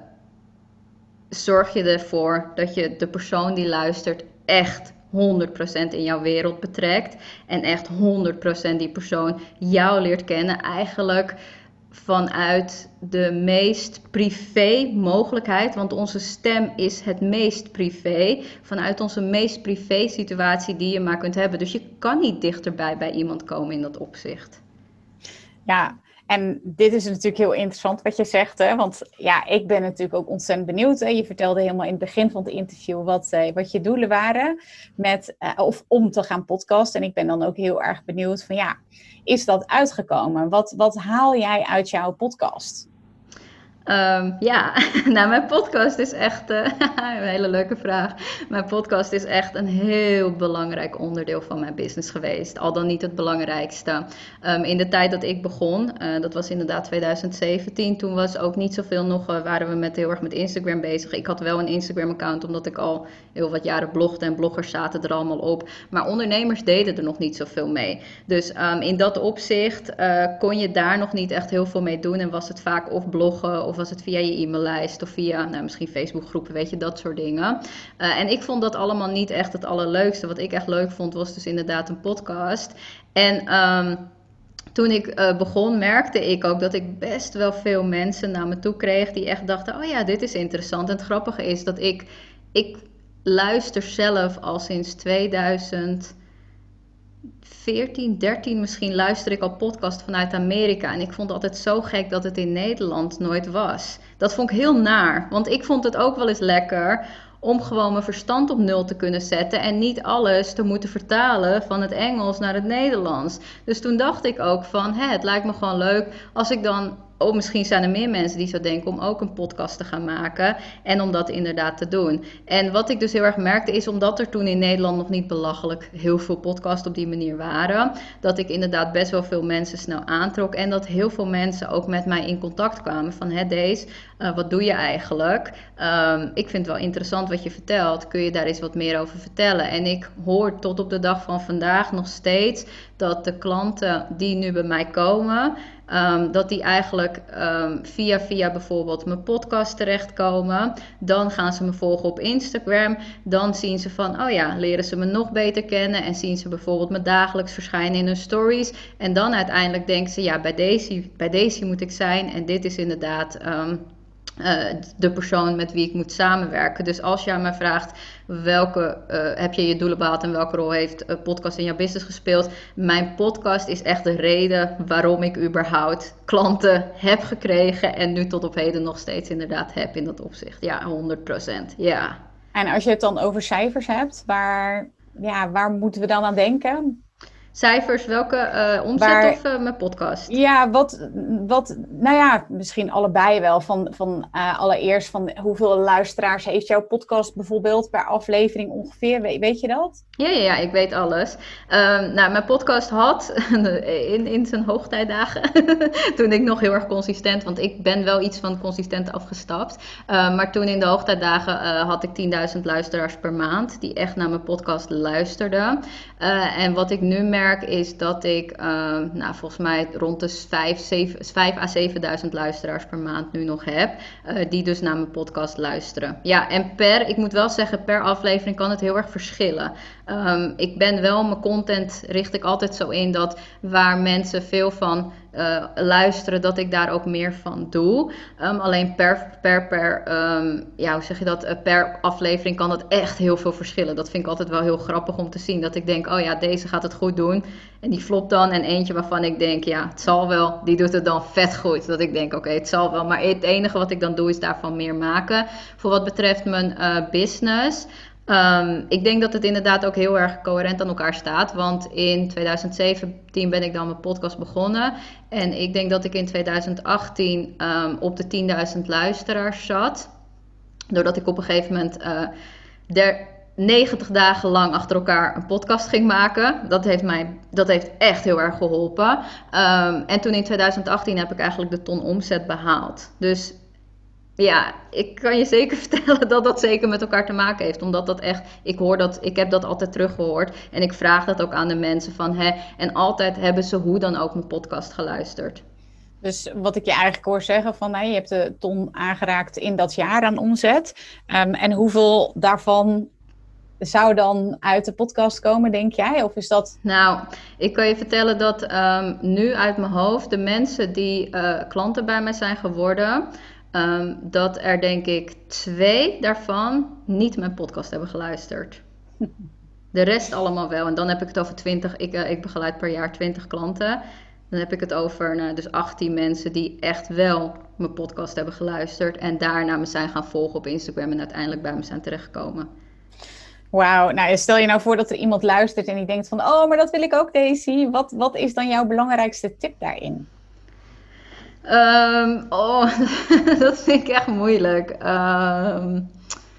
zorg je ervoor dat je de persoon die luistert echt honderd procent in jouw wereld betrekt. En echt honderd procent die persoon jou leert kennen. Eigenlijk vanuit de meest privé mogelijkheid. Want onze stem is het meest privé. Vanuit onze meest privé situatie die je maar kunt hebben. Dus je kan niet dichterbij bij iemand komen in dat opzicht. Ja, en dit is natuurlijk heel interessant wat je zegt, hè? Want ja, ik ben natuurlijk ook ontzettend benieuwd. Hè? Je vertelde helemaal in het begin van het interview wat, uh, wat je doelen waren met, uh, of om te gaan podcasten. En ik ben dan ook heel erg benieuwd van ja, is dat uitgekomen? Wat, wat haal jij uit jouw podcast? Um, ja, nou mijn podcast is echt, uh, een hele leuke vraag. Mijn podcast is echt een heel belangrijk onderdeel van mijn business geweest. Al dan niet het belangrijkste. Um, in de tijd dat ik begon, uh, dat was inderdaad twintig zeventien. Toen was ook niet zoveel nog, uh, waren we met, heel erg met Instagram bezig. Ik had wel een Instagram account, omdat ik al heel wat jaren blogde en bloggers zaten er allemaal op. Maar ondernemers deden er nog niet zoveel mee. Dus um, in dat opzicht uh, kon je daar nog niet echt heel veel mee doen. En was het vaak of bloggen of was het via je e-maillijst of via nou, misschien Facebookgroepen, weet je, dat soort dingen. Uh, en ik vond dat allemaal niet echt het allerleukste. Wat ik echt leuk vond was dus inderdaad een podcast. En um, toen ik uh, begon merkte ik ook dat ik best wel veel mensen naar me toe kreeg die echt dachten, oh ja, dit is interessant. En het grappige is dat ik, ik luister zelf al sinds tweeduizend veertien, dertien misschien luister ik al podcast vanuit Amerika. En ik vond het altijd zo gek dat het in Nederland nooit was. Dat vond ik heel naar. Want ik vond het ook wel eens lekker om gewoon mijn verstand op nul te kunnen zetten. En niet alles te moeten vertalen van het Engels naar het Nederlands. Dus toen dacht ik ook van, hè, het lijkt me gewoon leuk als ik dan... Oh, misschien zijn er meer mensen die zo denken om ook een podcast te gaan maken. En om dat inderdaad te doen. En wat ik dus heel erg merkte is, omdat er toen in Nederland nog niet belachelijk heel veel podcasts op die manier waren. Dat ik inderdaad best wel veel mensen snel aantrok. En dat heel veel mensen ook met mij in contact kwamen. Van, hé Dace, uh, wat doe je eigenlijk? Um, ik vind het wel interessant wat je vertelt. Kun je daar eens wat meer over vertellen? En ik hoor tot op de dag van vandaag nog steeds dat de klanten die nu bij mij komen... Um, dat die eigenlijk um, via via bijvoorbeeld mijn podcast terechtkomen. Dan gaan ze me volgen op Instagram. Dan zien ze van, oh ja, leren ze me nog beter kennen. En zien ze bijvoorbeeld me dagelijks verschijnen in hun stories. En dan uiteindelijk denken ze, ja, bij Daisy, bij Daisy moet ik zijn. En dit is inderdaad... Um, Uh, de persoon met wie ik moet samenwerken. Dus als je aan mij vraagt welke uh, heb je je doelen behaald en welke rol heeft een podcast in jouw business gespeeld. Mijn podcast is echt de reden waarom ik überhaupt klanten heb gekregen en nu tot op heden nog steeds inderdaad heb in dat opzicht. Ja, honderd procent. Ja. En als je het dan over cijfers hebt, waar, ja, waar moeten we dan aan denken? Cijfers, welke uh, omzet Waar, of uh, mijn podcast? Ja, wat, wat, nou ja, misschien allebei wel. Van, van uh, allereerst, van hoeveel luisteraars heeft jouw podcast bijvoorbeeld per aflevering ongeveer? Weet, weet je dat? Ja, ja, ja, ik weet alles. Um, nou, mijn podcast had in, in zijn hoogtijdagen, toen ik nog heel erg consistent, want ik ben wel iets van consistent afgestapt. Uh, maar toen in de hoogtijdagen uh, had ik tienduizend luisteraars per maand die echt naar mijn podcast luisterden. Uh, en wat ik nu merk is dat ik, uh, nou, volgens mij rond de vijf à zevenduizend luisteraars per maand nu nog heb, uh, die dus naar mijn podcast luisteren. Ja, en per, ik moet wel zeggen, per aflevering kan het heel erg verschillen. Um, ik ben wel, mijn content richt ik altijd zo in dat waar mensen veel van uh, luisteren, dat ik daar ook meer van doe. Um, alleen per, per, per, um, ja, hoe zeg je dat, uh, per aflevering kan het echt heel veel verschillen. Dat vind ik altijd wel heel grappig om te zien. Dat ik denk, oh ja, deze gaat het goed doen. En die flopt dan. En eentje waarvan ik denk, ja, het zal wel. Die doet het dan vet goed. Dat ik denk, oké, okay, het zal wel. Maar het enige wat ik dan doe is daarvan meer maken. Voor wat betreft mijn uh, business... Um, ik denk dat het inderdaad ook heel erg coherent aan elkaar staat. Want in tweeduizend zeventien ben ik dan mijn podcast begonnen. En ik denk dat ik in tweeduizend achttien um, op de tienduizend luisteraars zat. Doordat ik op een gegeven moment uh, der, negentig dagen lang achter elkaar een podcast ging maken. Dat heeft mij, dat heeft echt heel erg geholpen. Um, en toen in tweeduizend achttien heb ik eigenlijk de ton omzet behaald. Dus... ja, ik kan je zeker vertellen dat dat zeker met elkaar te maken heeft. Omdat dat echt, ik hoor dat, ik heb dat altijd teruggehoord. En ik vraag dat ook aan de mensen van, hè, en altijd hebben ze hoe dan ook mijn podcast geluisterd. Dus wat ik je eigenlijk hoor zeggen van, nee, je hebt de ton aangeraakt in dat jaar aan omzet. Um, en hoeveel daarvan zou dan uit de podcast komen, denk jij? Of is dat... Nou, ik kan je vertellen dat um, nu uit mijn hoofd de mensen die uh, klanten bij mij zijn geworden... Um, dat er denk ik twee daarvan niet mijn podcast hebben geluisterd. De rest allemaal wel. En dan heb ik het over twintig. Ik, uh, ik begeleid per jaar twintig klanten. Dan heb ik het over nou, dus achttien mensen die echt wel mijn podcast hebben geluisterd. En daarna me zijn gaan volgen op Instagram en uiteindelijk bij me zijn terechtgekomen. Wauw, nou stel je nou voor dat er iemand luistert en die denkt van, oh, maar dat wil ik ook, Daisy. Wat, wat is dan jouw belangrijkste tip daarin? Um, oh, dat vind ik echt moeilijk. Um,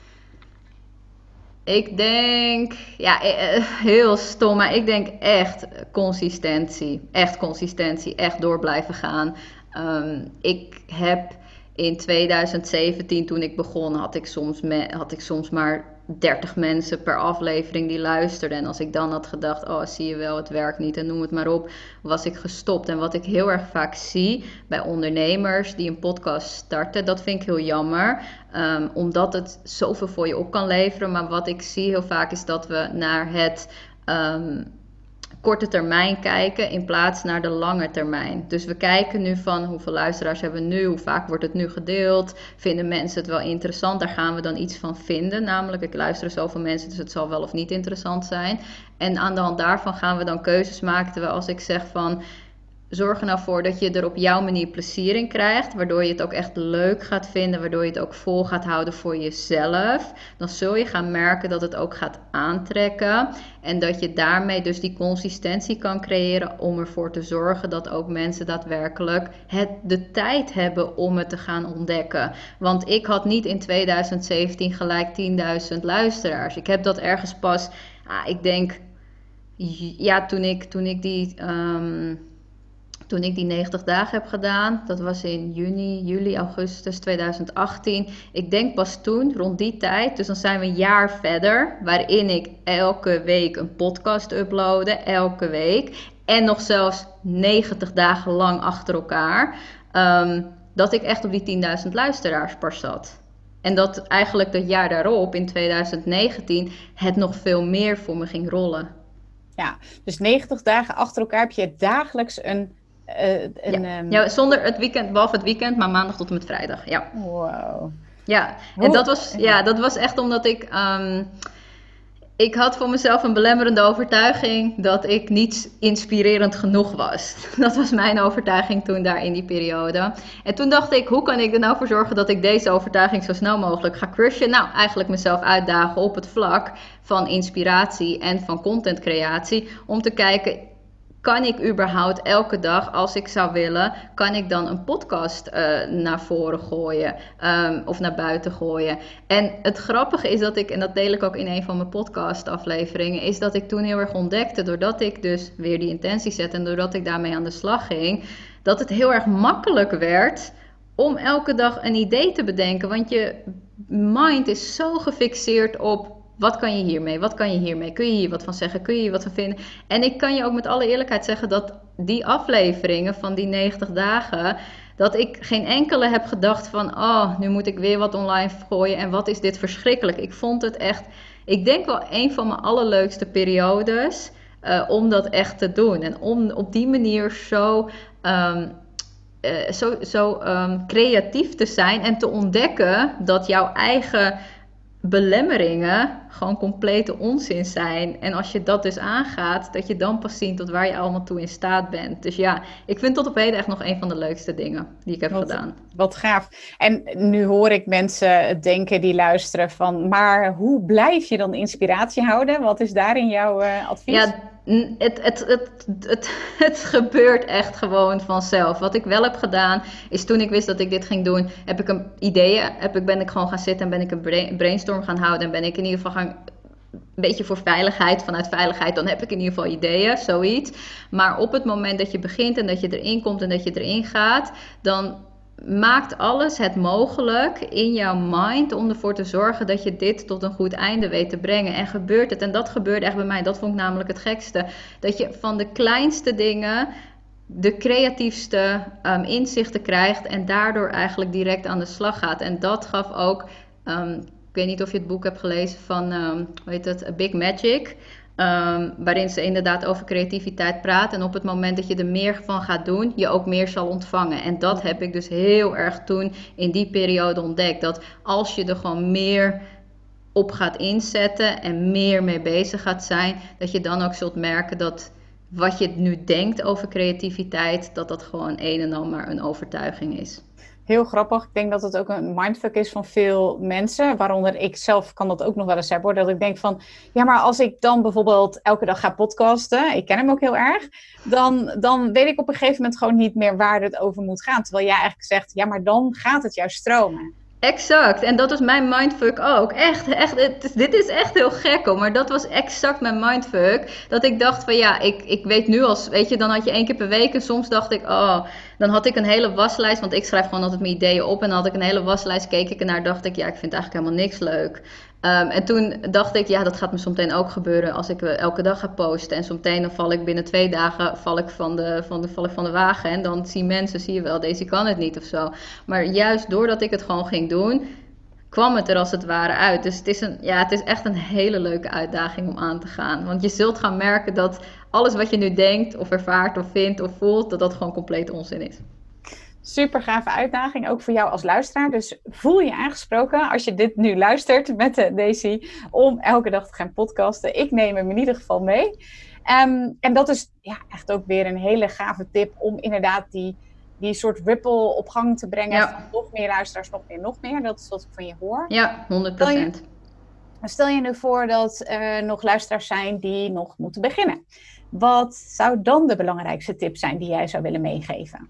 ik denk, ja, heel stom, maar ik denk echt consistentie. Echt consistentie, echt door blijven gaan. Um, ik heb in tweeduizend zeventien, toen ik begon, had ik soms, me, had ik soms maar dertig mensen per aflevering die luisterden. En als ik dan had gedacht, oh zie je wel, het werkt niet en noem het maar op, was ik gestopt. En wat ik heel erg vaak zie bij ondernemers die een podcast starten, dat vind ik heel jammer. Um, omdat het zoveel voor je op kan leveren. Maar wat ik zie heel vaak is dat we naar het um, korte termijn kijken in plaats naar de lange termijn. Dus we kijken nu van hoeveel luisteraars hebben we nu, hoe vaak wordt het nu gedeeld, vinden mensen het wel interessant, daar gaan we dan iets van vinden, namelijk ik luister zoveel mensen, dus het zal wel of niet interessant zijn. En aan de hand daarvan gaan we dan keuzes maken, terwijl als ik zeg van zorg er nou voor dat je er op jouw manier plezier in krijgt, waardoor je het ook echt leuk gaat vinden, waardoor je het ook vol gaat houden voor jezelf. Dan zul je gaan merken dat het ook gaat aantrekken en dat je daarmee dus die consistentie kan creëren om ervoor te zorgen dat ook mensen daadwerkelijk het, de tijd hebben om het te gaan ontdekken. Want ik had niet in tweeduizend zeventien gelijk tienduizend luisteraars. Ik heb dat ergens pas, ah, ik denk, ja, toen ik, toen ik die... Um, Toen ik die negentig dagen heb gedaan, dat was in juni, juli, augustus tweeduizend achttien. Ik denk pas toen, rond die tijd, dus dan zijn we een jaar verder, waarin ik elke week een podcast uploadde, elke week. En nog zelfs negentig dagen lang achter elkaar, um, dat ik echt op die tienduizend luisteraars pas zat. En dat eigenlijk dat jaar daarop, in tweeduizend negentien, het nog veel meer voor me ging rollen. Ja, dus negentig dagen achter elkaar heb je dagelijks een... Uh, een ja. Um... ja, zonder het weekend, behalve het weekend, maar maandag tot en met vrijdag. Ja. Wow. Ja, en dat was, ja, dat was echt omdat ik... Um, ik had voor mezelf een belemmerende overtuiging dat ik niet inspirerend genoeg was. Dat was mijn overtuiging toen daar in die periode. En toen dacht ik, hoe kan ik er nou voor zorgen dat ik deze overtuiging zo snel mogelijk ga crushen? Nou, eigenlijk mezelf uitdagen op het vlak van inspiratie en van contentcreatie. Om te kijken, kan ik überhaupt elke dag, als ik zou willen, kan ik dan een podcast uh, naar voren gooien um, of naar buiten gooien? En het grappige is dat ik, en dat deel ik ook in een van mijn podcast afleveringen, is dat ik toen heel erg ontdekte, doordat ik dus weer die intentie zette en doordat ik daarmee aan de slag ging, dat het heel erg makkelijk werd om elke dag een idee te bedenken. Want je mind is zo gefixeerd op: wat kan je hiermee? Wat kan je hiermee? Kun je hier wat van zeggen? Kun je hier wat van vinden? En ik kan je ook met alle eerlijkheid zeggen dat die afleveringen van die negentig dagen, dat ik geen enkele heb gedacht van, oh, nu moet ik weer wat online gooien en wat is dit verschrikkelijk. Ik vond het echt, ik denk wel een van mijn allerleukste periodes uh, om dat echt te doen. En om op die manier zo... Um, uh, zo, zo um, creatief te zijn en te ontdekken dat jouw eigen belemmeringen gewoon complete onzin zijn. En als je dat dus aangaat, dat je dan pas ziet tot waar je allemaal toe in staat bent. Dus ja, ik vind tot op heden echt nog een van de leukste dingen die ik heb wat, gedaan. Wat gaaf. En nu hoor ik mensen denken die luisteren van, maar hoe blijf je dan inspiratie houden? Wat is daarin jouw uh, advies? Ja, Het, het, het, het, het gebeurt echt gewoon vanzelf. Wat ik wel heb gedaan, is toen ik wist dat ik dit ging doen, heb ik een ideeën, heb ik, ben ik gewoon gaan zitten en ben ik een brainstorm gaan houden. En ben ik in ieder geval gaan, een beetje voor veiligheid, vanuit veiligheid, dan heb ik in ieder geval ideeën, zoiets. Maar op het moment dat je begint en dat je erin komt en dat je erin gaat, dan maakt alles het mogelijk in jouw mind om ervoor te zorgen dat je dit tot een goed einde weet te brengen. En gebeurt het, en dat gebeurde echt bij mij, dat vond ik namelijk het gekste, dat je van de kleinste dingen de creatiefste um, inzichten krijgt en daardoor eigenlijk direct aan de slag gaat. En dat gaf ook, um, ik weet niet of je het boek hebt gelezen van, um, hoe heet het, A Big Magic, Um, waarin ze inderdaad over creativiteit praat. En op het moment dat je er meer van gaat doen, je ook meer zal ontvangen. En dat heb ik dus heel erg toen in die periode ontdekt. Dat als je er gewoon meer op gaat inzetten en meer mee bezig gaat zijn, dat je dan ook zult merken dat wat je nu denkt over creativiteit, dat dat gewoon een en al maar een overtuiging is. Heel grappig. Ik denk dat het ook een mindfuck is van veel mensen. Waaronder ik zelf kan dat ook nog wel eens hebben. Dat ik denk van, ja, maar als ik dan bijvoorbeeld elke dag ga podcasten, ik ken hem ook heel erg, dan, dan weet ik op een gegeven moment gewoon niet meer waar het over moet gaan. Terwijl jij eigenlijk zegt, ja, maar dan gaat het juist stromen. Exact, en dat was mijn mindfuck ook. Echt, echt, het is, dit is echt heel gek hoor, maar dat was exact mijn mindfuck. Dat ik dacht van ja, ik, ik weet nu als, weet je, dan had je één keer per week en soms dacht ik, oh, dan had ik een hele waslijst, want ik schrijf gewoon altijd mijn ideeën op en dan had ik een hele waslijst, keek ik ernaar, dacht ik, ja, ik vind eigenlijk helemaal niks leuk. Um, en toen dacht ik, ja, dat gaat me zometeen ook gebeuren als ik uh, elke dag ga posten. En zometeen dan val ik binnen twee dagen val ik van de, van de, val ik van de wagen. En dan zien mensen, zie je wel, deze kan het niet of zo. Maar juist doordat ik het gewoon ging doen, kwam het er als het ware uit. Dus het is, een, ja, het is echt een hele leuke uitdaging om aan te gaan. Want je zult gaan merken dat alles wat je nu denkt of ervaart of vindt of voelt, dat dat gewoon compleet onzin is. Super gave uitdaging, ook voor jou als luisteraar. Dus voel je aangesproken als je dit nu luistert met uh, Daisy om elke dag te gaan podcasten. Ik neem hem in ieder geval mee. Um, en dat is ja, echt ook weer een hele gave tip om inderdaad die, die soort ripple op gang te brengen. Ja. Van nog meer luisteraars, nog meer, nog meer. Dat is wat ik van je hoor. Ja, honderd procent. Stel je, stel je nu voor dat er nog luisteraars zijn die nog moeten beginnen. Wat zou dan de belangrijkste tip zijn die jij zou willen meegeven?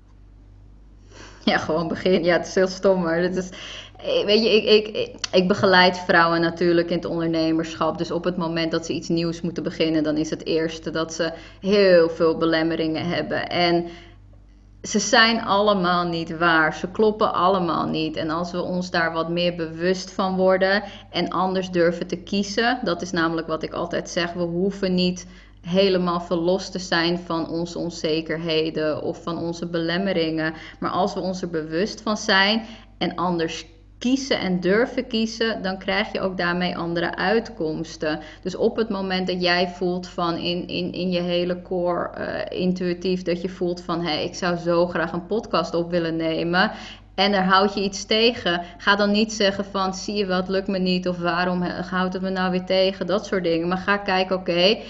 Ja, gewoon begin. Ja, het is heel stom, maar het is, weet je, ik, ik, ik begeleid vrouwen natuurlijk in het ondernemerschap. Dus op het moment dat ze iets nieuws moeten beginnen, dan is het eerste dat ze heel veel belemmeringen hebben. En ze zijn allemaal niet waar. Ze kloppen allemaal niet. En als we ons daar wat meer bewust van worden en anders durven te kiezen, dat is namelijk wat ik altijd zeg, we hoeven niet helemaal verlost te zijn van onze onzekerheden of van onze belemmeringen. Maar als we ons er bewust van zijn en anders kiezen en durven kiezen, dan krijg je ook daarmee andere uitkomsten. Dus op het moment dat jij voelt van in, in, in je hele core uh, intuïtief dat je voelt van hé, hey, ik zou zo graag een podcast op willen nemen. En er houd je iets tegen. Ga dan niet zeggen van zie je wel, het lukt me niet of waarom houdt het me nou weer tegen. Dat soort dingen. Maar ga kijken, oké, okay,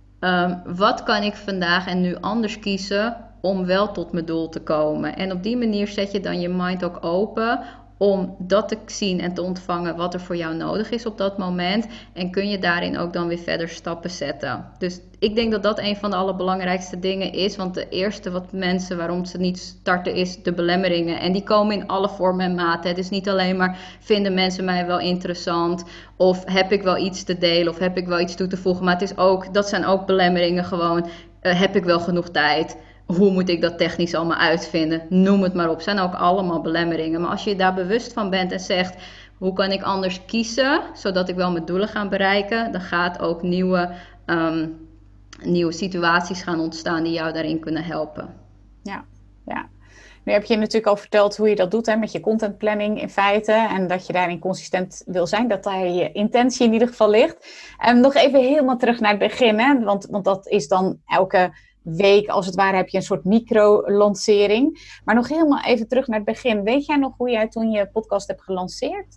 Um, wat kan ik vandaag en nu anders kiezen om wel tot mijn doel te komen? En op die manier zet je dan je mind ook open om dat te zien en te ontvangen wat er voor jou nodig is op dat moment. En kun je daarin ook dan weer verder stappen zetten. Dus ik denk dat dat een van de allerbelangrijkste dingen is. Want de eerste wat mensen waarom ze niet starten is de belemmeringen. En die komen in alle vormen en maten. Het is niet alleen maar vinden mensen mij wel interessant. Of heb ik wel iets te delen of heb ik wel iets toe te voegen. Maar het is ook, dat zijn ook belemmeringen gewoon. Uh, heb ik wel genoeg tijd? Hoe moet ik dat technisch allemaal uitvinden? Noem het maar op. Zijn ook allemaal belemmeringen. Maar als je daar bewust van bent en zegt, hoe kan ik anders kiezen, zodat ik wel mijn doelen ga bereiken, dan gaat ook nieuwe, um, nieuwe situaties gaan ontstaan die jou daarin kunnen helpen. Ja, ja. Nu heb je natuurlijk al verteld hoe je dat doet hè, met je contentplanning in feite. En dat je daarin consistent wil zijn. Dat daar je intentie in ieder geval ligt. En nog even helemaal terug naar het begin. Hè, want, want dat is dan elke week, als het ware, heb je een soort micro-lancering. Maar nog helemaal even terug naar het begin. Weet jij nog hoe jij toen je podcast hebt gelanceerd?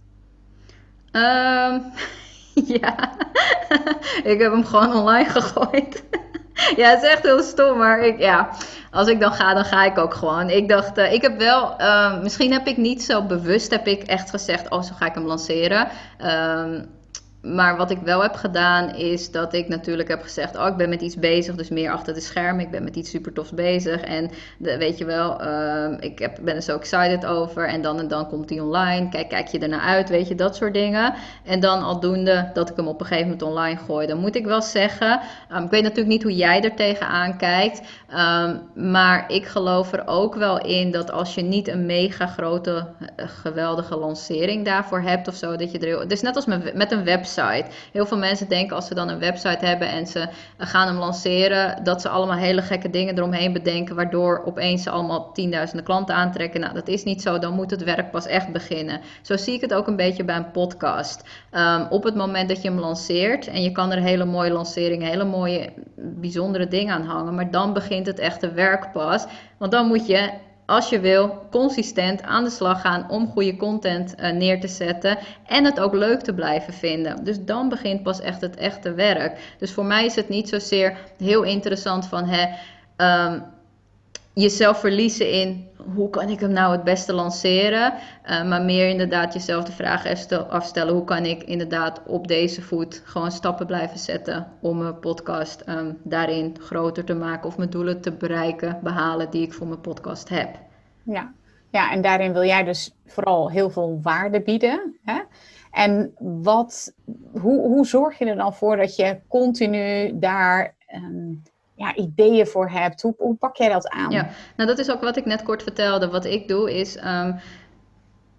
Um, ja, ik heb hem gewoon online gegooid. Ja, het is echt heel stom, maar ik, ja, als ik dan ga, dan ga ik ook gewoon. Ik dacht, uh, ik heb wel, uh, misschien heb ik niet zo bewust, heb ik echt gezegd, oh, zo ga ik hem lanceren. Um, Maar wat ik wel heb gedaan is dat ik natuurlijk heb gezegd, oh, ik ben met iets bezig, dus meer achter de schermen. Ik ben met iets super tofs bezig en de, weet je wel, uh, ik heb, ben er zo excited over en dan en dan komt die online. Kijk, kijk je ernaar uit, weet je, dat soort dingen. En dan aldoende dat ik hem op een gegeven moment online gooi. Dan moet ik wel zeggen, um, ik weet natuurlijk niet hoe jij er tegenaan kijkt, um, maar ik geloof er ook wel in dat als je niet een mega grote, uh, geweldige lancering daarvoor hebt of zo, dat je er heel, het is net als met, met een website. Heel veel mensen denken als ze dan een website hebben en ze gaan hem lanceren, dat ze allemaal hele gekke dingen eromheen bedenken, waardoor opeens ze allemaal tienduizenden klanten aantrekken. Nou, dat is niet zo. Dan moet het werk pas echt beginnen. Zo zie ik het ook een beetje bij een podcast. Um, op het moment dat je hem lanceert en je kan er hele mooie lanceringen, hele mooie bijzondere dingen aan hangen, maar dan begint het echte werk pas. Want dan moet je, als je wil, consistent aan de slag gaan om goede content uh, neer te zetten en het ook leuk te blijven vinden. Dus dan begint pas echt het echte werk. Dus voor mij is het niet zozeer heel interessant van hè, um, jezelf verliezen in hoe kan ik hem nou het beste lanceren, uh, maar meer inderdaad jezelf de vraag afstellen, hoe kan ik inderdaad op deze voet gewoon stappen blijven zetten om mijn podcast um, daarin groter te maken of mijn doelen te bereiken, behalen die ik voor mijn podcast heb. Ja, ja, en daarin wil jij dus vooral heel veel waarde bieden. Hè? En wat, hoe, hoe zorg je er dan voor dat je continu daar um, ja, ideeën voor hebt? Hoe, hoe pak jij dat aan? Ja, nou dat is ook wat ik net kort vertelde. Wat ik doe is, um,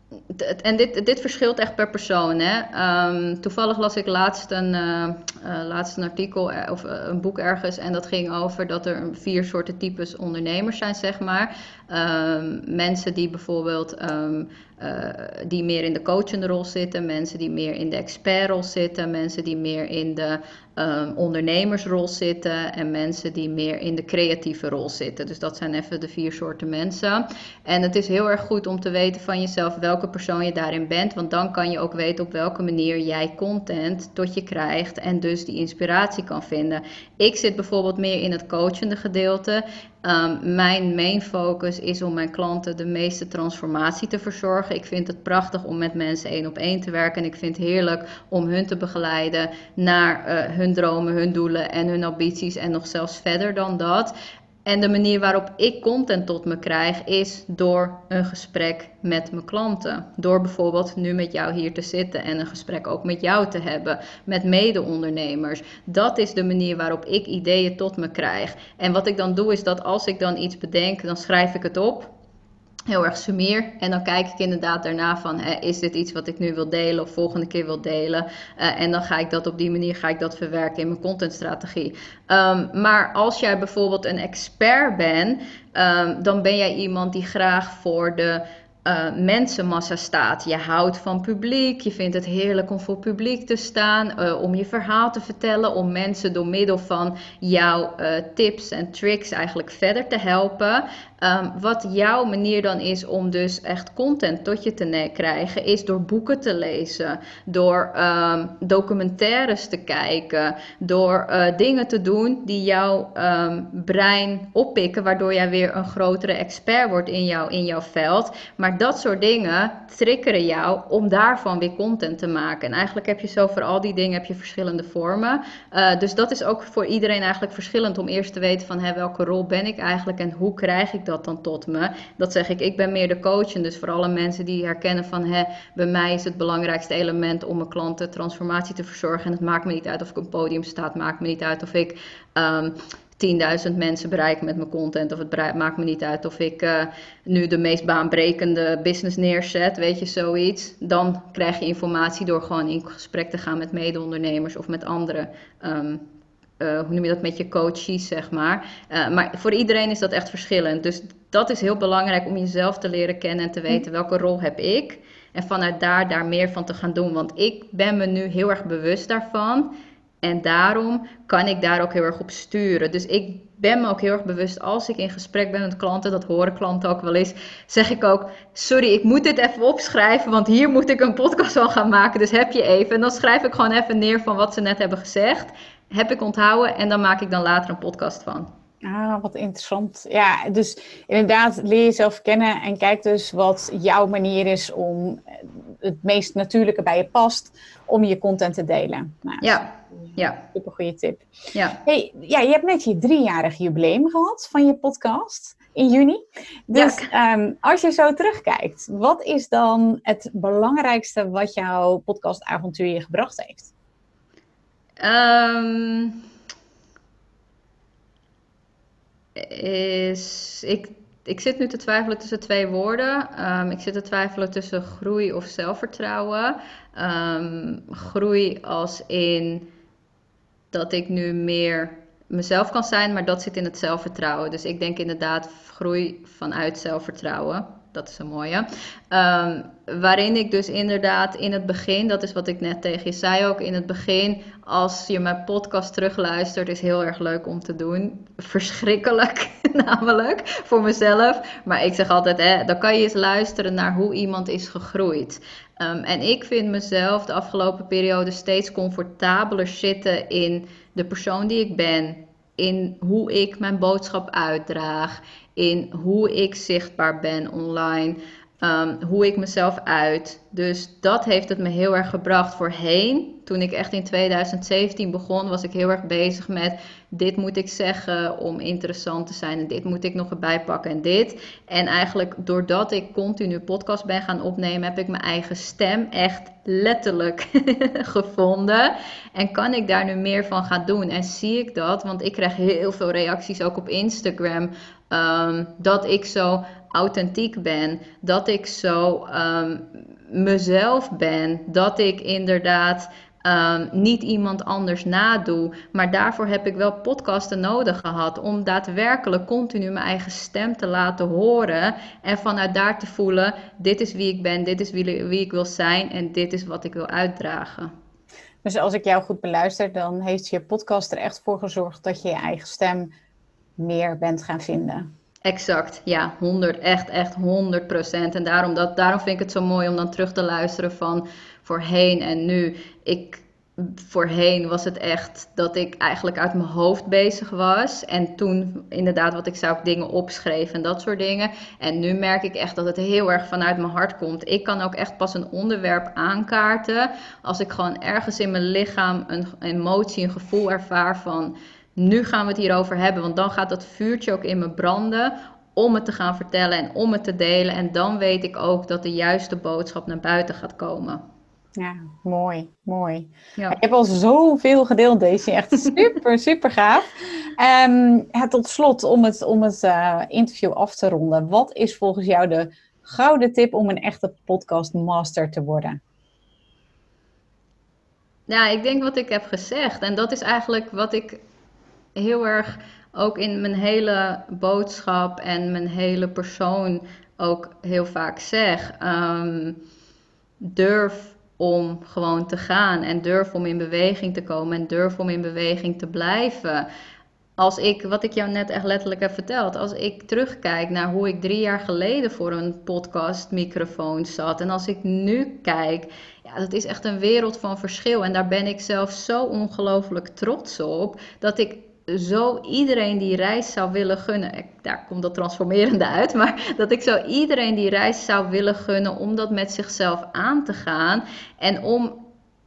En dit, dit verschilt echt per persoon. Hè? Um, toevallig las ik laatst een, uh, uh, laatst een artikel of uh, een boek ergens. En dat ging over dat er vier soorten types ondernemers zijn, zeg maar. Um, mensen die bijvoorbeeld um, uh, die meer in de coachende rol zitten. Mensen die meer in de expertrol zitten. Mensen die meer in de um, ondernemersrol zitten. En mensen die meer in de creatieve rol zitten. Dus dat zijn even de vier soorten mensen. En het is heel erg goed om te weten van jezelf welke persoon je daarin bent. Want dan kan je ook weten op welke manier jij content tot je krijgt. En dus die inspiratie kan vinden. Ik zit bijvoorbeeld meer in het coachende gedeelte. Um, mijn main focus is om mijn klanten de meeste transformatie te verzorgen. Ik vind het prachtig om met mensen één op één te werken. En ik vind het heerlijk om hun te begeleiden naar uh, hun dromen, hun doelen en hun ambities. En nog zelfs verder dan dat. En de manier waarop ik content tot me krijg is door een gesprek met mijn klanten. Door bijvoorbeeld nu met jou hier te zitten en een gesprek ook met jou te hebben. Met mede-ondernemers. Dat is de manier waarop ik ideeën tot me krijg. En wat ik dan doe is dat als ik dan iets bedenk, dan schrijf ik het op. Heel erg summeer. En dan kijk ik inderdaad daarna van, hè, is dit iets wat ik nu wil delen of volgende keer wil delen? Uh, en dan ga ik dat op die manier ga ik dat verwerken in mijn contentstrategie. Um, maar als jij bijvoorbeeld een expert bent, um, dan ben jij iemand die graag voor de Uh, mensenmassa staat. Je houdt van publiek, je vindt het heerlijk om voor publiek te staan, uh, om je verhaal te vertellen, om mensen door middel van jouw uh, tips en tricks eigenlijk verder te helpen. Um, wat jouw manier dan is om dus echt content tot je te ne- krijgen, is door boeken te lezen, door um, documentaires te kijken, door uh, dingen te doen die jouw um, brein oppikken, waardoor jij weer een grotere expert wordt in, jou, in jouw veld. Maar dat soort dingen triggeren jou om daarvan weer content te maken. En eigenlijk heb je zo voor al die dingen heb je verschillende vormen. Uh, dus dat is ook voor iedereen eigenlijk verschillend om eerst te weten van hé, welke rol ben ik eigenlijk en hoe krijg ik dat dan tot me. Dat zeg ik, ik ben meer de coach. En dus voor alle mensen die herkennen van hé, bij mij is het belangrijkste element om mijn klanten transformatie te verzorgen. En het maakt me niet uit of ik op een podium sta, het maakt me niet uit of ik Um, tienduizend mensen bereiken met mijn content. Of het bereik, maakt me niet uit of ik uh, nu de meest baanbrekende business neerzet. Weet je, zoiets. Dan krijg je informatie door gewoon in gesprek te gaan met mede-ondernemers of met andere, um, uh, hoe noem je dat, met je coaches, zeg maar. Uh, maar voor iedereen is dat echt verschillend. Dus dat is heel belangrijk om jezelf te leren kennen en te weten welke rol heb ik. En vanuit daar, daar meer van te gaan doen. Want ik ben me nu heel erg bewust daarvan. En daarom kan ik daar ook heel erg op sturen. Dus ik ben me ook heel erg bewust als ik in gesprek ben met klanten, dat horen klanten ook wel eens, zeg ik ook, sorry, ik moet dit even opschrijven, want hier moet ik een podcast van gaan maken, dus heb je even. En dan schrijf ik gewoon even neer van wat ze net hebben gezegd. Heb ik onthouden en dan maak ik dan later een podcast van. Ah, wat interessant. Ja, dus inderdaad leer jezelf kennen en kijk dus wat jouw manier is om het meest natuurlijke bij je past om je content te delen. Nou, ja, ja. Super goede tip. Ja. Hey, ja, je hebt net je driejarig jubileum gehad van je podcast in juni. Dus ja. um, als je zo terugkijkt, wat is dan het belangrijkste wat jouw podcastavontuur je gebracht heeft? Um... Is, ik, ik zit nu te twijfelen tussen twee woorden. Um, ik zit te twijfelen tussen groei of zelfvertrouwen. Um, groei als in dat ik nu meer mezelf kan zijn, maar dat zit in het zelfvertrouwen. Dus ik denk inderdaad groei vanuit zelfvertrouwen. Dat is een mooie. Um, waarin ik dus inderdaad in het begin, dat is wat ik net tegen je zei ook, in het begin, als je mijn podcast terugluistert, is heel erg leuk om te doen. Verschrikkelijk, namelijk, voor mezelf. Maar ik zeg altijd, hè, dan kan je eens luisteren naar hoe iemand is gegroeid. Um, en ik vind mezelf de afgelopen periode steeds comfortabeler zitten in de persoon die ik ben. In hoe ik mijn boodschap uitdraag. In hoe ik zichtbaar ben online. Um, hoe ik mezelf uit. Dus dat heeft het me heel erg gebracht voorheen. Toen ik echt in twintig zeventien begon, was ik heel erg bezig met dit moet ik zeggen om interessant te zijn en dit moet ik nog erbij pakken en dit. En eigenlijk doordat ik continu podcast ben gaan opnemen, heb ik mijn eigen stem echt letterlijk gevonden. En kan ik daar nu meer van gaan doen? En zie ik dat, want ik krijg heel veel reacties ook op Instagram, um, dat ik zo authentiek ben, dat ik zo um, mezelf ben, dat ik inderdaad um, niet iemand anders nadoe. Maar daarvoor heb ik wel podcasten nodig gehad om daadwerkelijk continu mijn eigen stem te laten horen en vanuit daar te voelen, dit is wie ik ben, dit is wie, wie ik wil zijn en dit is wat ik wil uitdragen. Dus als ik jou goed beluister, dan heeft je podcast er echt voor gezorgd dat je je eigen stem meer bent gaan vinden. Exact, ja, honderd, echt, echt honderd procent. En daarom, dat, daarom vind ik het zo mooi om dan terug te luisteren van voorheen en nu. Ik, voorheen was het echt dat ik eigenlijk uit mijn hoofd bezig was. En toen inderdaad, wat ik zei, ook dingen opschreef en dat soort dingen. En nu merk ik echt dat het heel erg vanuit mijn hart komt. Ik kan ook echt pas een onderwerp aankaarten als ik gewoon ergens in mijn lichaam een emotie, een gevoel ervaar van, nu gaan we het hierover hebben, want dan gaat dat vuurtje ook in me branden om het te gaan vertellen en om het te delen. En dan weet ik ook dat de juiste boodschap naar buiten gaat komen. Ja, mooi, mooi. Ja. Ik heb al zoveel gedeeld, Daisy. Echt super, super gaaf. Um, ja, tot slot, om het, om het uh, interview af te ronden. Wat is volgens jou de gouden tip om een echte podcastmaster te worden? Ja, ik denk wat ik heb gezegd. En dat is eigenlijk wat ik heel erg ook in mijn hele boodschap en mijn hele persoon ook heel vaak zeg. Um, durf om gewoon te gaan en durf om in beweging te komen en durf om in beweging te blijven. Als ik, wat ik jou net echt letterlijk heb verteld, als ik terugkijk naar hoe ik drie jaar geleden voor een podcastmicrofoon zat en als ik nu kijk, ja, dat is echt een wereld van verschil en daar ben ik zelf zo ongelooflijk trots op, dat ik zo iedereen die reis zou willen gunnen, daar komt dat transformerende uit, maar dat ik zo iedereen die reis zou willen gunnen om dat met zichzelf aan te gaan en om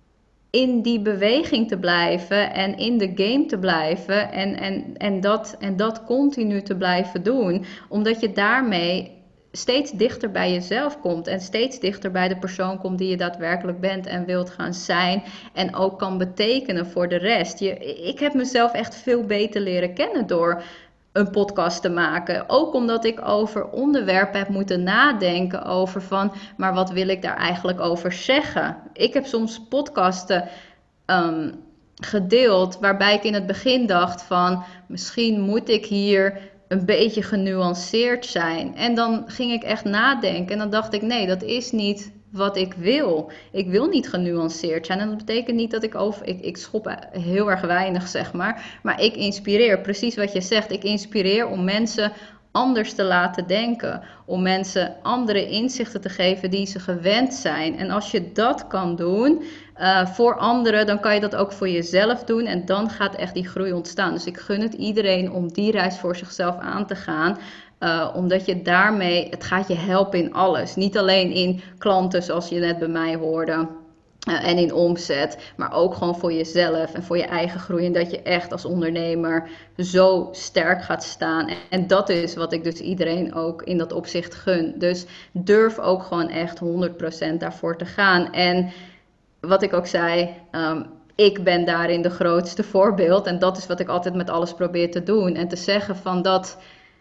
in die beweging te blijven en in de game te blijven en, en, en, dat, en dat continu te blijven doen, omdat je daarmee steeds dichter bij jezelf komt en steeds dichter bij de persoon komt die je daadwerkelijk bent en wilt gaan zijn en ook kan betekenen voor de rest. Je, ik heb mezelf echt veel beter leren kennen door een podcast te maken. Ook omdat ik over onderwerpen heb moeten nadenken over van, maar wat wil ik daar eigenlijk over zeggen? Ik heb soms podcasten um, gedeeld waarbij ik in het begin dacht van, misschien moet ik hier een beetje genuanceerd zijn. En dan ging ik echt nadenken en dan dacht ik, nee, dat is niet wat ik wil. Ik wil niet genuanceerd zijn en dat betekent niet dat ik over, ik, ik schop heel erg weinig, zeg maar, maar ik inspireer, precies wat je zegt, ik inspireer om mensen anders te laten denken, om mensen andere inzichten te geven die ze gewend zijn. En als je dat kan doen uh, voor anderen, dan kan je dat ook voor jezelf doen en dan gaat echt die groei ontstaan. Dus ik gun het iedereen om die reis voor zichzelf aan te gaan. Uh, omdat je daarmee, het gaat je helpen in alles. Niet alleen in klanten zoals je net bij mij hoorde. Uh, en in omzet, maar ook gewoon voor jezelf en voor je eigen groei. En dat je echt als ondernemer zo sterk gaat staan. En dat is wat ik dus iedereen ook in dat opzicht gun. Dus durf ook gewoon echt honderd procent daarvoor te gaan. En wat ik ook zei, um, ik ben daarin de grootste voorbeeld. En dat is wat ik altijd met alles probeer te doen. En te zeggen van dat,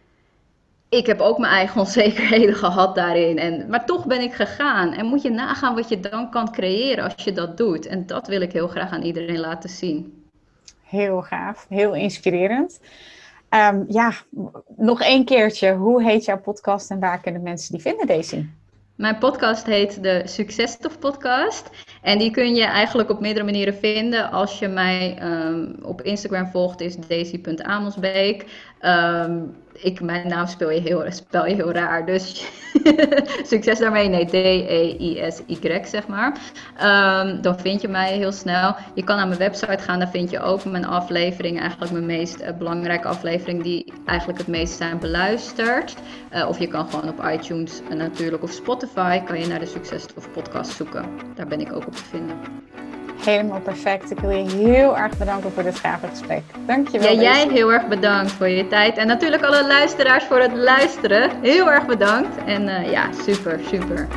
ik heb ook mijn eigen onzekerheden gehad daarin. En, maar toch ben ik gegaan. En moet je nagaan wat je dan kan creëren als je dat doet. En dat wil ik heel graag aan iedereen laten zien. Heel gaaf, heel inspirerend. Um, ja, nog één keertje. Hoe heet jouw podcast en waar kunnen mensen die vinden, Daisy? Mijn podcast heet de Successtof Podcast. En die kun je eigenlijk op meerdere manieren vinden. Als je mij um, op Instagram volgt, is daisy punt amelsbeek. Um, ik, mijn naam spel je heel, spel je heel raar, dus succes daarmee. Nee, D E I S Y, zeg maar. Um, dan vind je mij heel snel. Je kan naar mijn website gaan, daar vind je ook mijn afleveringen. Eigenlijk mijn meest uh, belangrijke afleveringen die eigenlijk het meest zijn beluisterd. Uh, of je kan gewoon op iTunes uh, natuurlijk of Spotify kan je naar de Successtof Podcast zoeken. Daar ben ik ook op te vinden. Helemaal perfect. Ik wil je heel erg bedanken voor dit gave gesprek. Dankjewel. Ja, jij heel erg bedankt voor je tijd. En natuurlijk alle luisteraars voor het luisteren. Heel erg bedankt. En uh, ja, super, super.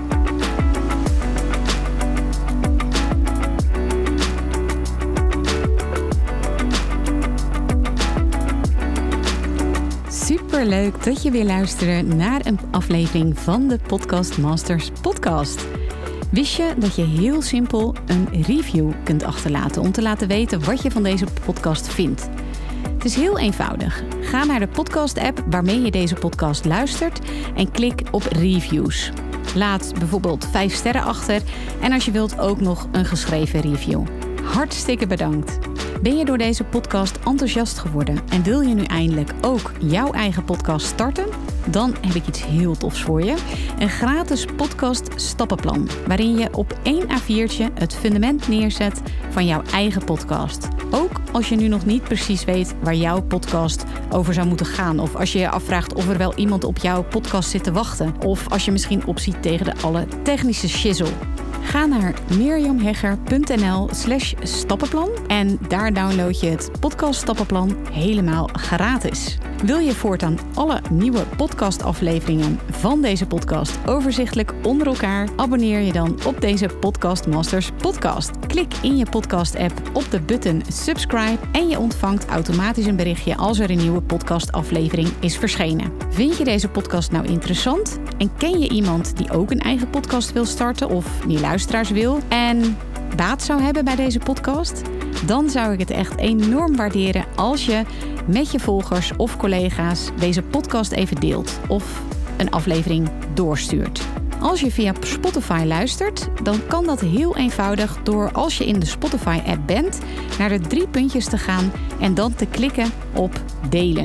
Superleuk dat je weer luistert naar een aflevering van de Podcast Masters podcast. Wist je dat je heel simpel een review kunt achterlaten om te laten weten wat je van deze podcast vindt? Het is heel eenvoudig. Ga naar de podcast-app waarmee je deze podcast luistert en klik op reviews. Laat bijvoorbeeld vijf sterren achter en als je wilt ook nog een geschreven review. Hartstikke bedankt. Ben je door deze podcast enthousiast geworden en wil je nu eindelijk ook jouw eigen podcast starten? Dan heb ik iets heel tofs voor je. Een gratis podcast stappenplan, waarin je op één A viertje het fundament neerzet van jouw eigen podcast. Ook als je nu nog niet precies weet waar jouw podcast over zou moeten gaan. Of als je je afvraagt of er wel iemand op jouw podcast zit te wachten. Of als je misschien opziet tegen de alle technische shizzle. Ga naar mirjamhegger.nl slash stappenplan en daar download je het podcast stappenplan helemaal gratis. Wil je voortaan alle nieuwe podcastafleveringen van deze podcast overzichtelijk onder elkaar? Afonneer je dan op deze Podcast Masters podcast. Klik in je podcast app op de button subscribe en je ontvangt automatisch een berichtje als er een nieuwe podcastaflevering is verschenen. Vind je deze podcast nou interessant? En ken je iemand die ook een eigen podcast wil starten of die luisteraars wil en baat zou hebben bij deze podcast? Dan zou ik het echt enorm waarderen als je met je volgers of collega's deze podcast even deelt of een aflevering doorstuurt. Als je via Spotify luistert, dan kan dat heel eenvoudig door als je in de Spotify-app bent naar de drie puntjes te gaan en dan te klikken op delen.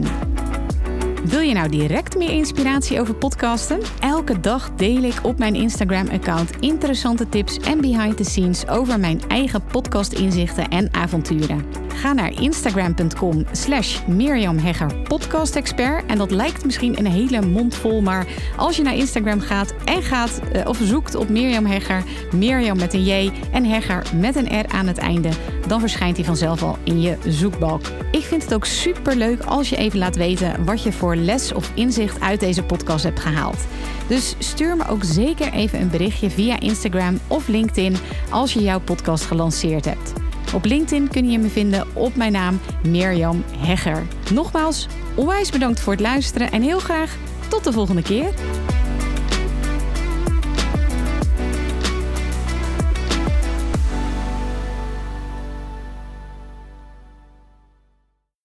Wil je nou direct meer inspiratie over podcasten? Elke dag deel ik op mijn Instagram-account interessante tips en behind the scenes over mijn eigen podcastinzichten en avonturen. Ga naar instagram.com slash Mirjam Hegger podcastexpert. En dat lijkt misschien een hele mond vol, maar als je naar Instagram gaat en gaat uh, of zoekt op Mirjam Hegger, Mirjam met een J en Hegger met een R aan het einde, dan verschijnt hij vanzelf al in je zoekbalk. Ik vind het ook superleuk als je even laat weten wat je voor les of inzicht uit deze podcast hebt gehaald. Dus stuur me ook zeker even een berichtje via Instagram of LinkedIn als je jouw podcast gelanceerd hebt. Op LinkedIn kun je me vinden op mijn naam Mirjam Hegger. Nogmaals, onwijs bedankt voor het luisteren en heel graag tot de volgende keer.